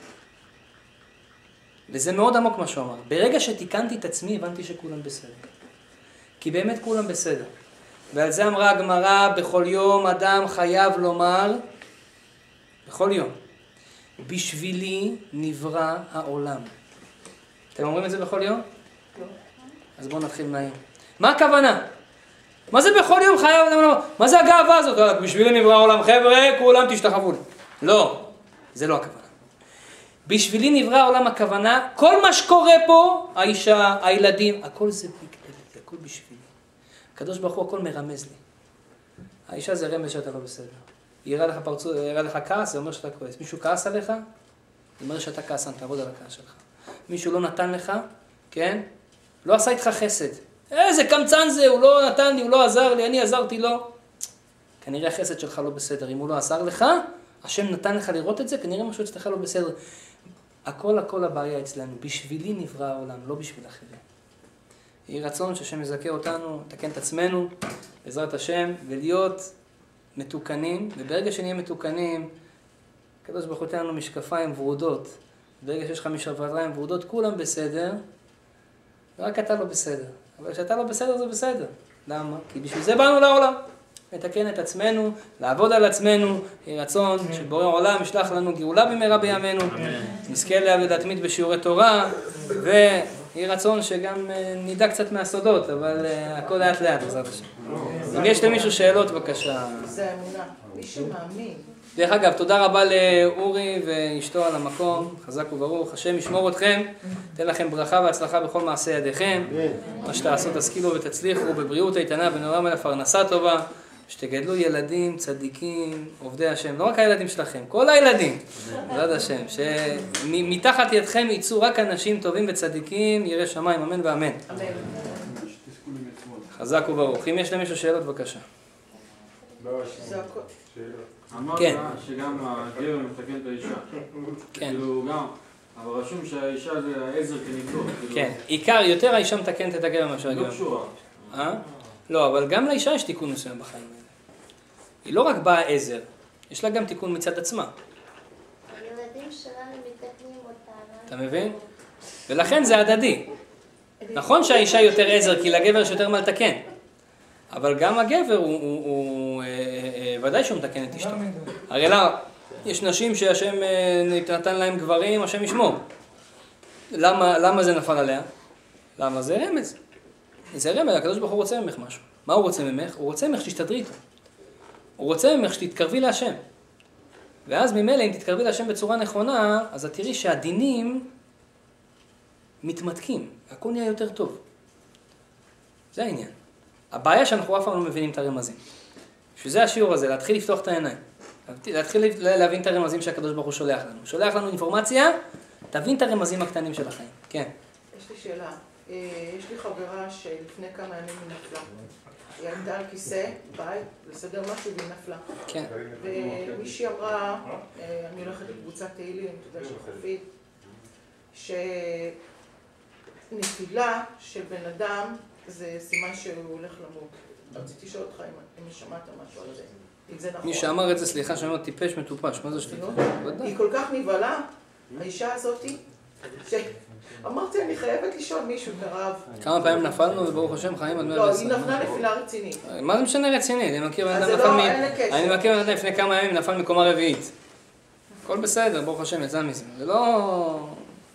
S1: וזה מאוד עמוק מה שהוא אמר. ברגע שתיקנתי את עצמי הבנתי שכולם בסדר. כי באמת כולם בסדר. ועל זה אמרה הגמרא, בכל יום אדם חייב לומר, בכל יום, בשבילי נברא העולם. אתם אומרים את זה בכל יום?
S3: לא.
S1: אז בואו נתחיל מהיום. מה הכוונה? מה זה בכל יום חייב אדם לומר? מה זה הגאווה הזאת? בשבילי נברא העולם, חבר'ה, כולם תשתחוו לי. לא, זה לא הכוונה. בשבילי נברא העולם, הכוונה, כל מה שקורה פה, האישה, הילדים, הכל זה הכל בשבילי. הקדוש ברוך הוא הכל מרמז לי. האישה זה רמז שאתה לא בסדר. היא יראה לך פרצוף, יראה לך כעס, זה אומר שאתה כועס. מישהו כעס עליך, זה אומר שאתה כעסן, תעבוד על הכעס שלך. מישהו לא נתן לך, כן? לא עשה איתך חסד. איזה קמצן זה, הוא לא נתן לי, הוא לא עזר לי, אני עזרתי לו. כנראה החסד שלך לא בסדר. אם הוא לא עזר לך, השם נתן לך לראות את זה, כנראה משהו אצלך לא בסדר. הכל הבעיה אצלנו. בשבילי נברא העולם, לא בשביל אחרים. יהי רצון שהשם יזכה אותנו, לתקן את עצמנו, בעזרת השם, ולהיות מתוקנים. וברגע שנהיה מתוקנים, הקדוש ברוך הוא ייתן לנו משקפיים ורודות. ברגע שיש לך משקפיים ורודות, כולם בסדר, ורק אתה לא בסדר. אבל כשאתה לא בסדר, זה בסדר. למה? כי בשביל זה באנו לעולם. לתקן את עצמנו, לעבוד על עצמנו, יהי רצון שבורא עולם ישלח לנו גאולה במהרה בימינו, נזכה להתמיד בשיעורי תורה, ויהי רצון שגם נדע קצת מהסודות, אבל הכל לאט לאט, בעזרת השם. אם יש למישהו שאלות, בבקשה.
S3: זה האמונה, מי שמאמין.
S1: דרך אגב, תודה רבה לאורי ואשתו על המקום, חזק וברוך, השם ישמור אתכם, תן לכם ברכה והצלחה בכל מעשה ידיכם, מה שתעשו תשכילו ותצליחו בבריאות איתנה, בנעורם אל הפרנסה טובה, שתגדלו ילדים צדיקים, עובדי השם, לא רק הילדים שלכם, כל הילדים, בעזרת השם, שמתחת ידכם יצאו רק אנשים טובים וצדיקים, ירא שמיים, אמן ואמן.
S3: אמן.
S1: חזק וברוך. אם יש למישהו שאלות, בבקשה.
S3: זה הכל.
S8: אמרת
S1: כן.
S8: שגם הגבר מתקן את האישה.
S1: כן.
S8: כאילו גם, אבל רשום שהאישה זה העזר כנגדו.
S1: כן, עיקר, יותר האישה מתקנת את הגבר מאשר
S8: לא
S1: הגבר.
S8: קשורה.
S1: לא, אבל גם לאישה יש תיקון מסוים בחיים האלה. היא לא רק באה עזר, יש לה גם תיקון מצד עצמה.
S7: הילדים שלנו מתקנים אותנו.
S1: אתה מבין? ולכן זה הדדי. נכון שהאישה יותר עזר, כי לגבר יש יותר מה לתקן. אבל גם הגבר הוא ודאי שהוא מתקן את אשתו. הרי לא, יש נשים שהשם נתן להם גברים, השם ישמור. למה זה נפל עליה? למה זה רמז? זה רמז, הקדוש ברוך הוא רוצה ממך משהו. מה הוא רוצה ממך? הוא רוצה ממך שתשתדרי איתו. הוא רוצה ממך שתתקרבי להשם. ואז ממילא אם תתקרבי להשם בצורה נכונה, אז את תראי שהדינים מתמתקים, הכל נהיה יותר טוב. זה העניין. הבעיה שאנחנו אף פעם לא מבינים את הרמזים. שזה השיעור הזה, להתחיל לפתוח את העיניים. להתחיל להבין את הרמזים שהקדוש ברוך הוא שולח לנו. הוא שולח לנו אינפורמציה, תבין את הרמזים הקטנים של החיים. כן.
S3: יש לי שאלה. יש לי חברה שלפני כמה ימים היא נפלה. היא עמדה על כיסא, בית, לסדר משהו והיא נפלה.
S1: כן.
S3: ומישהי אמרה, אני הולכת לקבוצת תהילים, אתה יודע, של חופית, שנפילה של בן אדם זה סימן שהוא הולך למות. רציתי לשאול אותך אם שמעת משהו על זה. אם זה נכון.
S1: מי שאמר את זה, סליחה, שאומר טיפש מטופש, מה זה שתיקה?
S3: היא כל כך נבהלה, האישה הזאתי, שאמרתי, אני חייבת לשאול מישהו ברב.
S1: כמה פעמים נפלנו וברוך השם חיים עד 110.
S3: לא, היא נפלה נפילה רצינית.
S1: מה זה משנה רצינית? אני מכיר בן
S3: אז
S1: אדם
S3: זה לא, אין לקשר.
S1: אני מכיר בן אדם לפני כמה ימים נפל מקומה רביעית. הכל בסדר, ברוך השם יצא מזה. זה לא...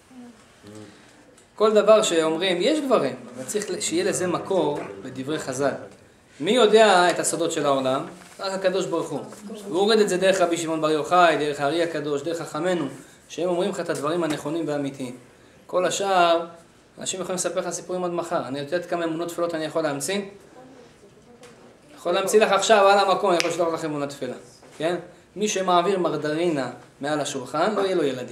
S1: כל דבר שאומרים, יש דברים, אבל צריך שיהיה לזה מקור בדברי חז"ל. מי יודע את הסודות של העולם? רק הקדוש ברוך הוא. והוא הוריד את זה דרך רבי שמעון בר יוחאי, דרך הארי הקדוש, דרך חכמינו, שהם אומרים לך את הדברים הנכונים והאמיתיים. כל השאר, אנשים יכולים לספר לך סיפורים עד מחר. אני יודעת כמה אמונות תפלות אני יכול להמציא? יכול להמציא לך עכשיו על המקום, אני יכול לשלוח לך אמונת תפילה. כן? מי שמעביר מרדרינה מעל השולחן, לא יהיה לו ילדים.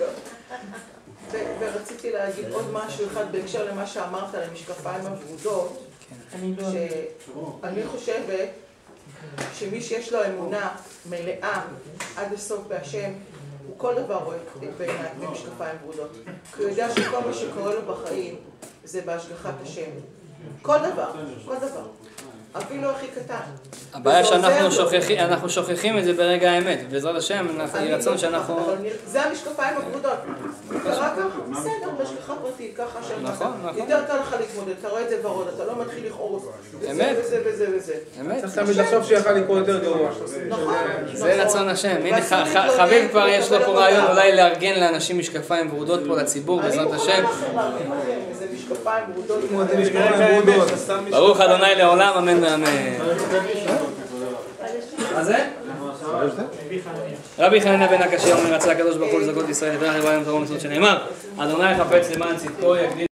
S3: ורציתי להגיד עוד משהו אחד בהקשר למה שאמרת על המשקפיים הוורודות, שאני חושבת שמי שיש לו אמונה מלאה עד הסוף בהשם, הוא כל דבר רואה בעיניי במשקפיים ורודות. כי הוא יודע שכל מה שקורה לו בחיים זה בהשגחת השם. כל דבר, כל דבר. אפילו הכי קטן.
S1: הבעיה שאנחנו שוכחים את זה ברגע האמת, ובעזרת השם, יהי רצון שאנחנו...
S3: זה המשקפיים הוורודות. קרה ככה, בסדר, בהשגחה פרטית, ככה שאתה...
S1: נכון.
S3: יותר קל לך להתמודד, אתה רואה את זה ורוד, אתה לא מתחיל לכעוס.
S1: אמת.
S3: וזה וזה וזה.
S1: אמת.
S5: צריך תמיד לחשוב שיכל לקרוא יותר גרוע.
S3: נכון.
S1: זה רצון השם. הנה, חביב כבר יש לו פה רעיון אולי לארגן לאנשים משקפיים ורודות פה לציבור, בעזרת השם.
S3: זה משקפיים ורודות.
S1: ברוך אדוני לעולם, אמן ואמן. מה זה? רבי חנינא בן הקשיא אומר רצה הקדוש ברוך הוא לזכות ישראל נתן חברה יום תורה ומצוות שנאמר אדוני חפץ למען צדקו יגדיל